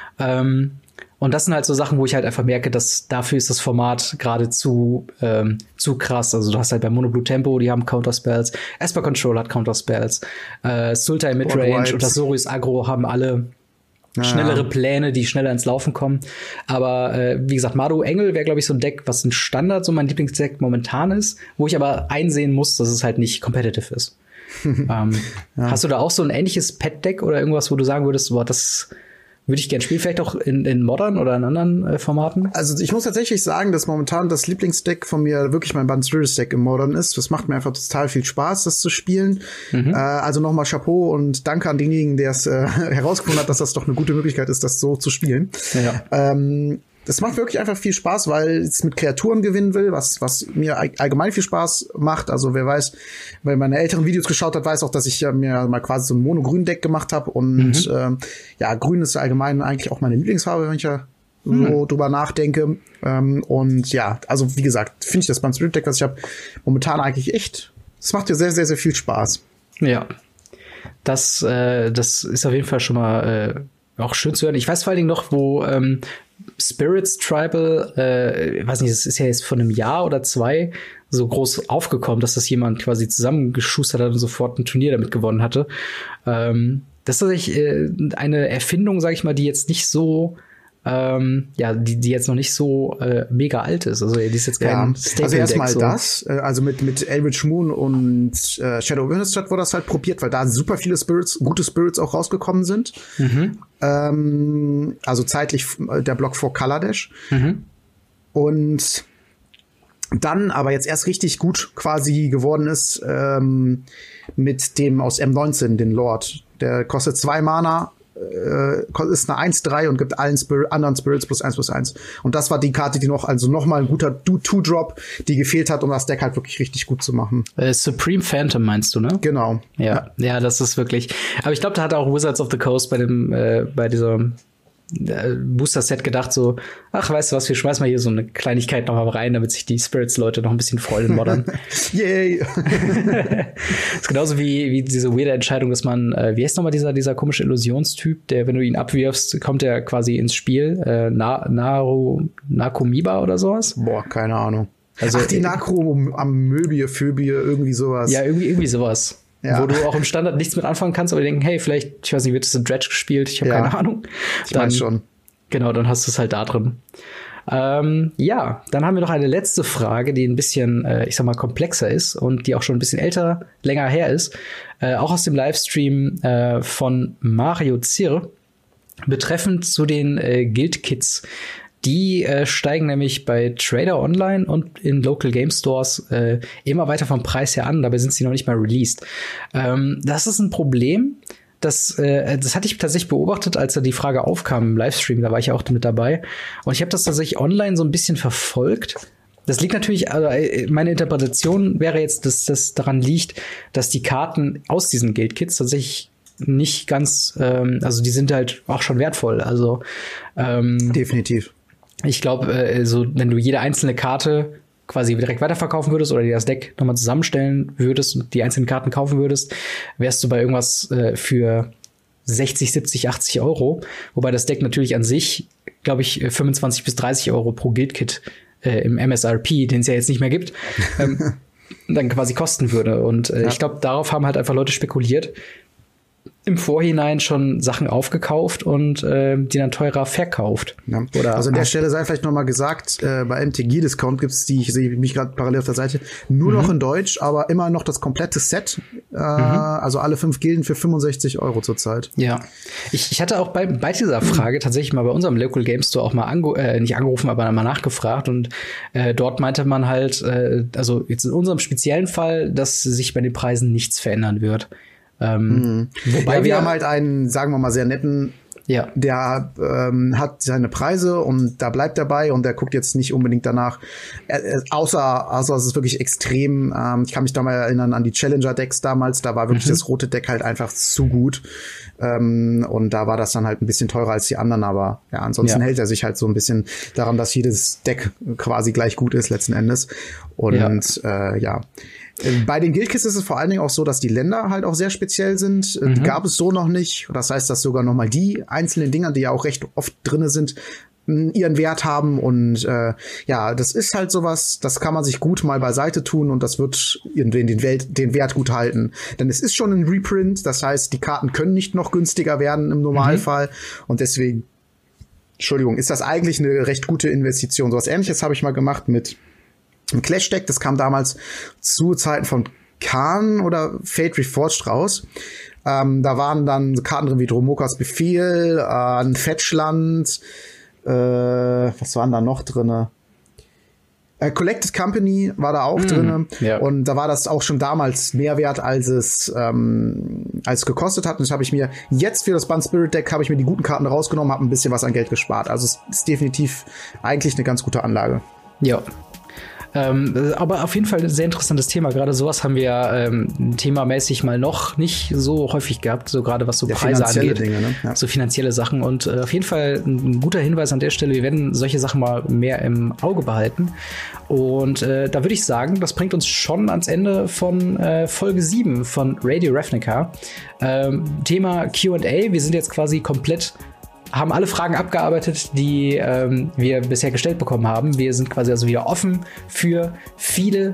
Und das sind halt so Sachen, wo ich halt einfach merke, dass dafür ist das Format gerade zu krass. Also du hast halt bei Mono Blue Tempo, die haben Counterspells, Esper Control hat Counterspells, Sultai Midrange und Azorius Aggro haben alle schnellere Pläne, die schneller ins Laufen kommen. Aber wie gesagt, Mardu Engel wäre, glaube ich, so ein Deck, was ein Standard, so mein Lieblingsdeck momentan ist, wo ich aber einsehen muss, dass es halt nicht competitive ist. Hast du da auch so ein ähnliches Pet-Deck oder irgendwas, wo du sagen würdest, boah, das würde ich gern spielen, vielleicht auch in Modern oder in anderen Formaten? Also ich muss tatsächlich sagen, dass momentan das Lieblingsdeck von mir wirklich mein Banned Spirits Deck im Modern ist. Das macht mir einfach total viel Spaß, das zu spielen. Mhm. Also nochmal Chapeau und danke an denjenigen, der es herausgefunden hat, dass das doch eine gute Möglichkeit ist, das so zu spielen. Ja. Das macht wirklich einfach viel Spaß, weil es mit Kreaturen gewinnen will, was mir allgemein viel Spaß macht. Also wer weiß, wer meine älteren Videos geschaut hat, weiß auch, dass ich mir mal quasi so ein Mono-Grün-Deck gemacht habe. Und Grün ist allgemein eigentlich auch meine Lieblingsfarbe, wenn ich so drüber nachdenke. Und ja, also wie gesagt, finde ich das Banned Spirit Deck, was ich habe, momentan eigentlich echt, es macht mir sehr, sehr, sehr viel Spaß. Ja, das ist auf jeden Fall schon mal auch schön zu hören. Ich weiß vor allen Dingen noch, wo Spirits Tribal, weiß nicht, das ist ja jetzt vor einem Jahr oder 2 so groß aufgekommen, dass das jemand quasi zusammengeschustert hat und sofort ein Turnier damit gewonnen hatte. Das ist tatsächlich eine Erfindung, sag ich mal, die jetzt nicht so die jetzt noch nicht so mega alt ist. Also die ist jetzt kein Staple-Deck. Also erstmal so. Also mit Eldritch Moon und Shadow of Innistrad wurde das halt probiert, weil da super viele gute Spirits auch rausgekommen sind. Mhm. Also zeitlich der Block vor Kaladesh. Mhm. Und dann aber jetzt erst richtig gut quasi geworden ist mit dem aus M19, den Lord. Der kostet 2 Mana, ist eine 1/3 und gibt allen anderen Spirits +1/+1. Und das war die Karte, die noch mal ein guter 2-Drop, die gefehlt hat, um das Deck halt wirklich richtig gut zu machen. Supreme Phantom meinst du, ne? Genau. Ja, das ist wirklich. Aber ich glaube, da hat auch Wizards of the Coast bei dieser Booster-Set gedacht, so, ach, weißt du was, wir schmeißen mal hier so eine Kleinigkeit noch mal rein, damit sich die Spirits-Leute noch ein bisschen freuen in Modern. Yay! Das ist genauso wie diese weirde Entscheidung, dass man, wie heißt nochmal dieser komische Illusionstyp, der, wenn du ihn abwirfst, kommt er quasi ins Spiel, Nakomiba oder sowas? Boah, keine Ahnung. Also, ach, die Phobie, irgendwie sowas. Ja, irgendwie sowas. Ja. Wo du auch im Standard nichts mit anfangen kannst, aber die denken, hey, vielleicht, ich weiß nicht, wird das in Dredge gespielt? Ich habe keine Ahnung. Ich meine schon. Genau, dann hast du es halt da drin. Ja, dann haben wir noch eine letzte Frage, die ein bisschen, ich sag mal, komplexer ist und die auch schon ein bisschen länger her ist. Auch aus dem Livestream von Mario Zirr, betreffend zu den Guild-Kits. Die steigen nämlich bei Trader Online und in Local Game Stores immer weiter vom Preis her an. Dabei sind sie noch nicht mal released. Das ist ein Problem. Das hatte ich tatsächlich beobachtet, als da die Frage aufkam im Livestream. Da war ich ja auch mit dabei. Und ich habe das tatsächlich online so ein bisschen verfolgt. Das liegt natürlich, also meine Interpretation wäre jetzt, dass das daran liegt, dass die Karten aus diesen Guild-Kits tatsächlich nicht ganz, also die sind halt auch schon wertvoll. Also definitiv. Ich glaube, so wenn du jede einzelne Karte quasi direkt weiterverkaufen würdest oder dir das Deck nochmal zusammenstellen würdest und die einzelnen Karten kaufen würdest, wärst du bei irgendwas für 60, 70, 80 Euro. Wobei das Deck natürlich an sich, glaube ich, 25 bis 30 Euro pro Guild-Kit im MSRP, den es ja jetzt nicht mehr gibt, dann quasi kosten würde. Und ich glaube, darauf haben halt einfach Leute spekuliert, im Vorhinein schon Sachen aufgekauft und die dann teurer verkauft. Ja. Oder also an der Stelle sei vielleicht noch mal gesagt, bei MTG-Discount gibt's die, ich sehe mich gerade parallel auf der Seite, nur noch in Deutsch, aber immer noch das komplette Set, also alle 5 Gilden für 65 Euro zurzeit. Ja, ich hatte auch bei dieser Frage tatsächlich mal bei unserem Local Game Store auch mal nicht angerufen, aber mal nachgefragt und dort meinte man halt, also jetzt in unserem speziellen Fall, dass sich bei den Preisen nichts verändern wird. Wobei wir haben halt einen, sagen wir mal, sehr netten, der hat seine Preise und da bleibt dabei und der guckt jetzt nicht unbedingt danach, außer es ist wirklich extrem, ich kann mich da mal erinnern an die Challenger-Decks damals, da war wirklich das rote Deck halt einfach zu gut und da war das dann halt ein bisschen teurer als die anderen, aber ja, ansonsten hält er sich halt so ein bisschen daran, dass jedes Deck quasi gleich gut ist letzten Endes und bei den Guild-Kits ist es vor allen Dingen auch so, dass die Länder halt auch sehr speziell sind. Die gab es so noch nicht. Das heißt, dass sogar noch mal die einzelnen Dinger, die ja auch recht oft drinne sind, ihren Wert haben. Und das ist halt sowas, das kann man sich gut mal beiseite tun und das wird den Wert gut halten. Denn es ist schon ein Reprint. Das heißt, die Karten können nicht noch günstiger werden im Normalfall. Und deswegen, ist das eigentlich eine recht gute Investition. So was Ähnliches habe ich mal gemacht mit ein Clash-Deck, das kam damals zu Zeiten von Khan oder Fate Reforged raus. Da waren dann Karten drin wie Dromokas Befehl, ein Fetchland, was waren da noch drinne? Collected Company war da auch drinne. Ja. Und da war das auch schon damals mehr wert, als es gekostet hat. Und das habe ich mir jetzt für das Bun Spirit Deck habe ich mir die guten Karten rausgenommen, habe ein bisschen was an Geld gespart. Also es ist definitiv eigentlich eine ganz gute Anlage. Ja. Aber auf jeden Fall ein sehr interessantes Thema. Gerade sowas haben wir ja themamäßig mal noch nicht so häufig gehabt, so gerade was so Preise angeht. Dinge, ne? Ja. So finanzielle Sachen. Und auf jeden Fall ein guter Hinweis an der Stelle, wir werden solche Sachen mal mehr im Auge behalten. Und da würde ich sagen, das bringt uns schon ans Ende von Folge 7 von Radio Ravnica. Thema Q&A. Wir sind jetzt quasi haben alle Fragen abgearbeitet, die wir bisher gestellt bekommen haben. Wir sind quasi also wieder offen für viele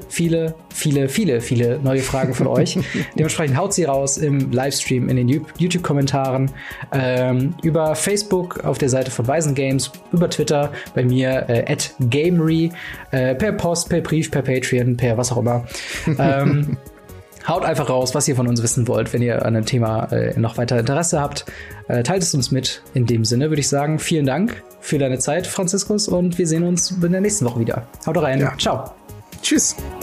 neue Fragen von euch. Dementsprechend haut sie raus im Livestream, in den YouTube-Kommentaren, über Facebook auf der Seite von Weisen Games, über Twitter, bei mir @gamery, per Post, per Brief, per Patreon, per was auch immer. Haut einfach raus, was ihr von uns wissen wollt. Wenn ihr an dem Thema noch weiter Interesse habt, teilt es uns mit. In dem Sinne würde ich sagen, vielen Dank für deine Zeit, Franziskus, und wir sehen uns in der nächsten Woche wieder. Haut rein. Ja. Ciao. Tschüss.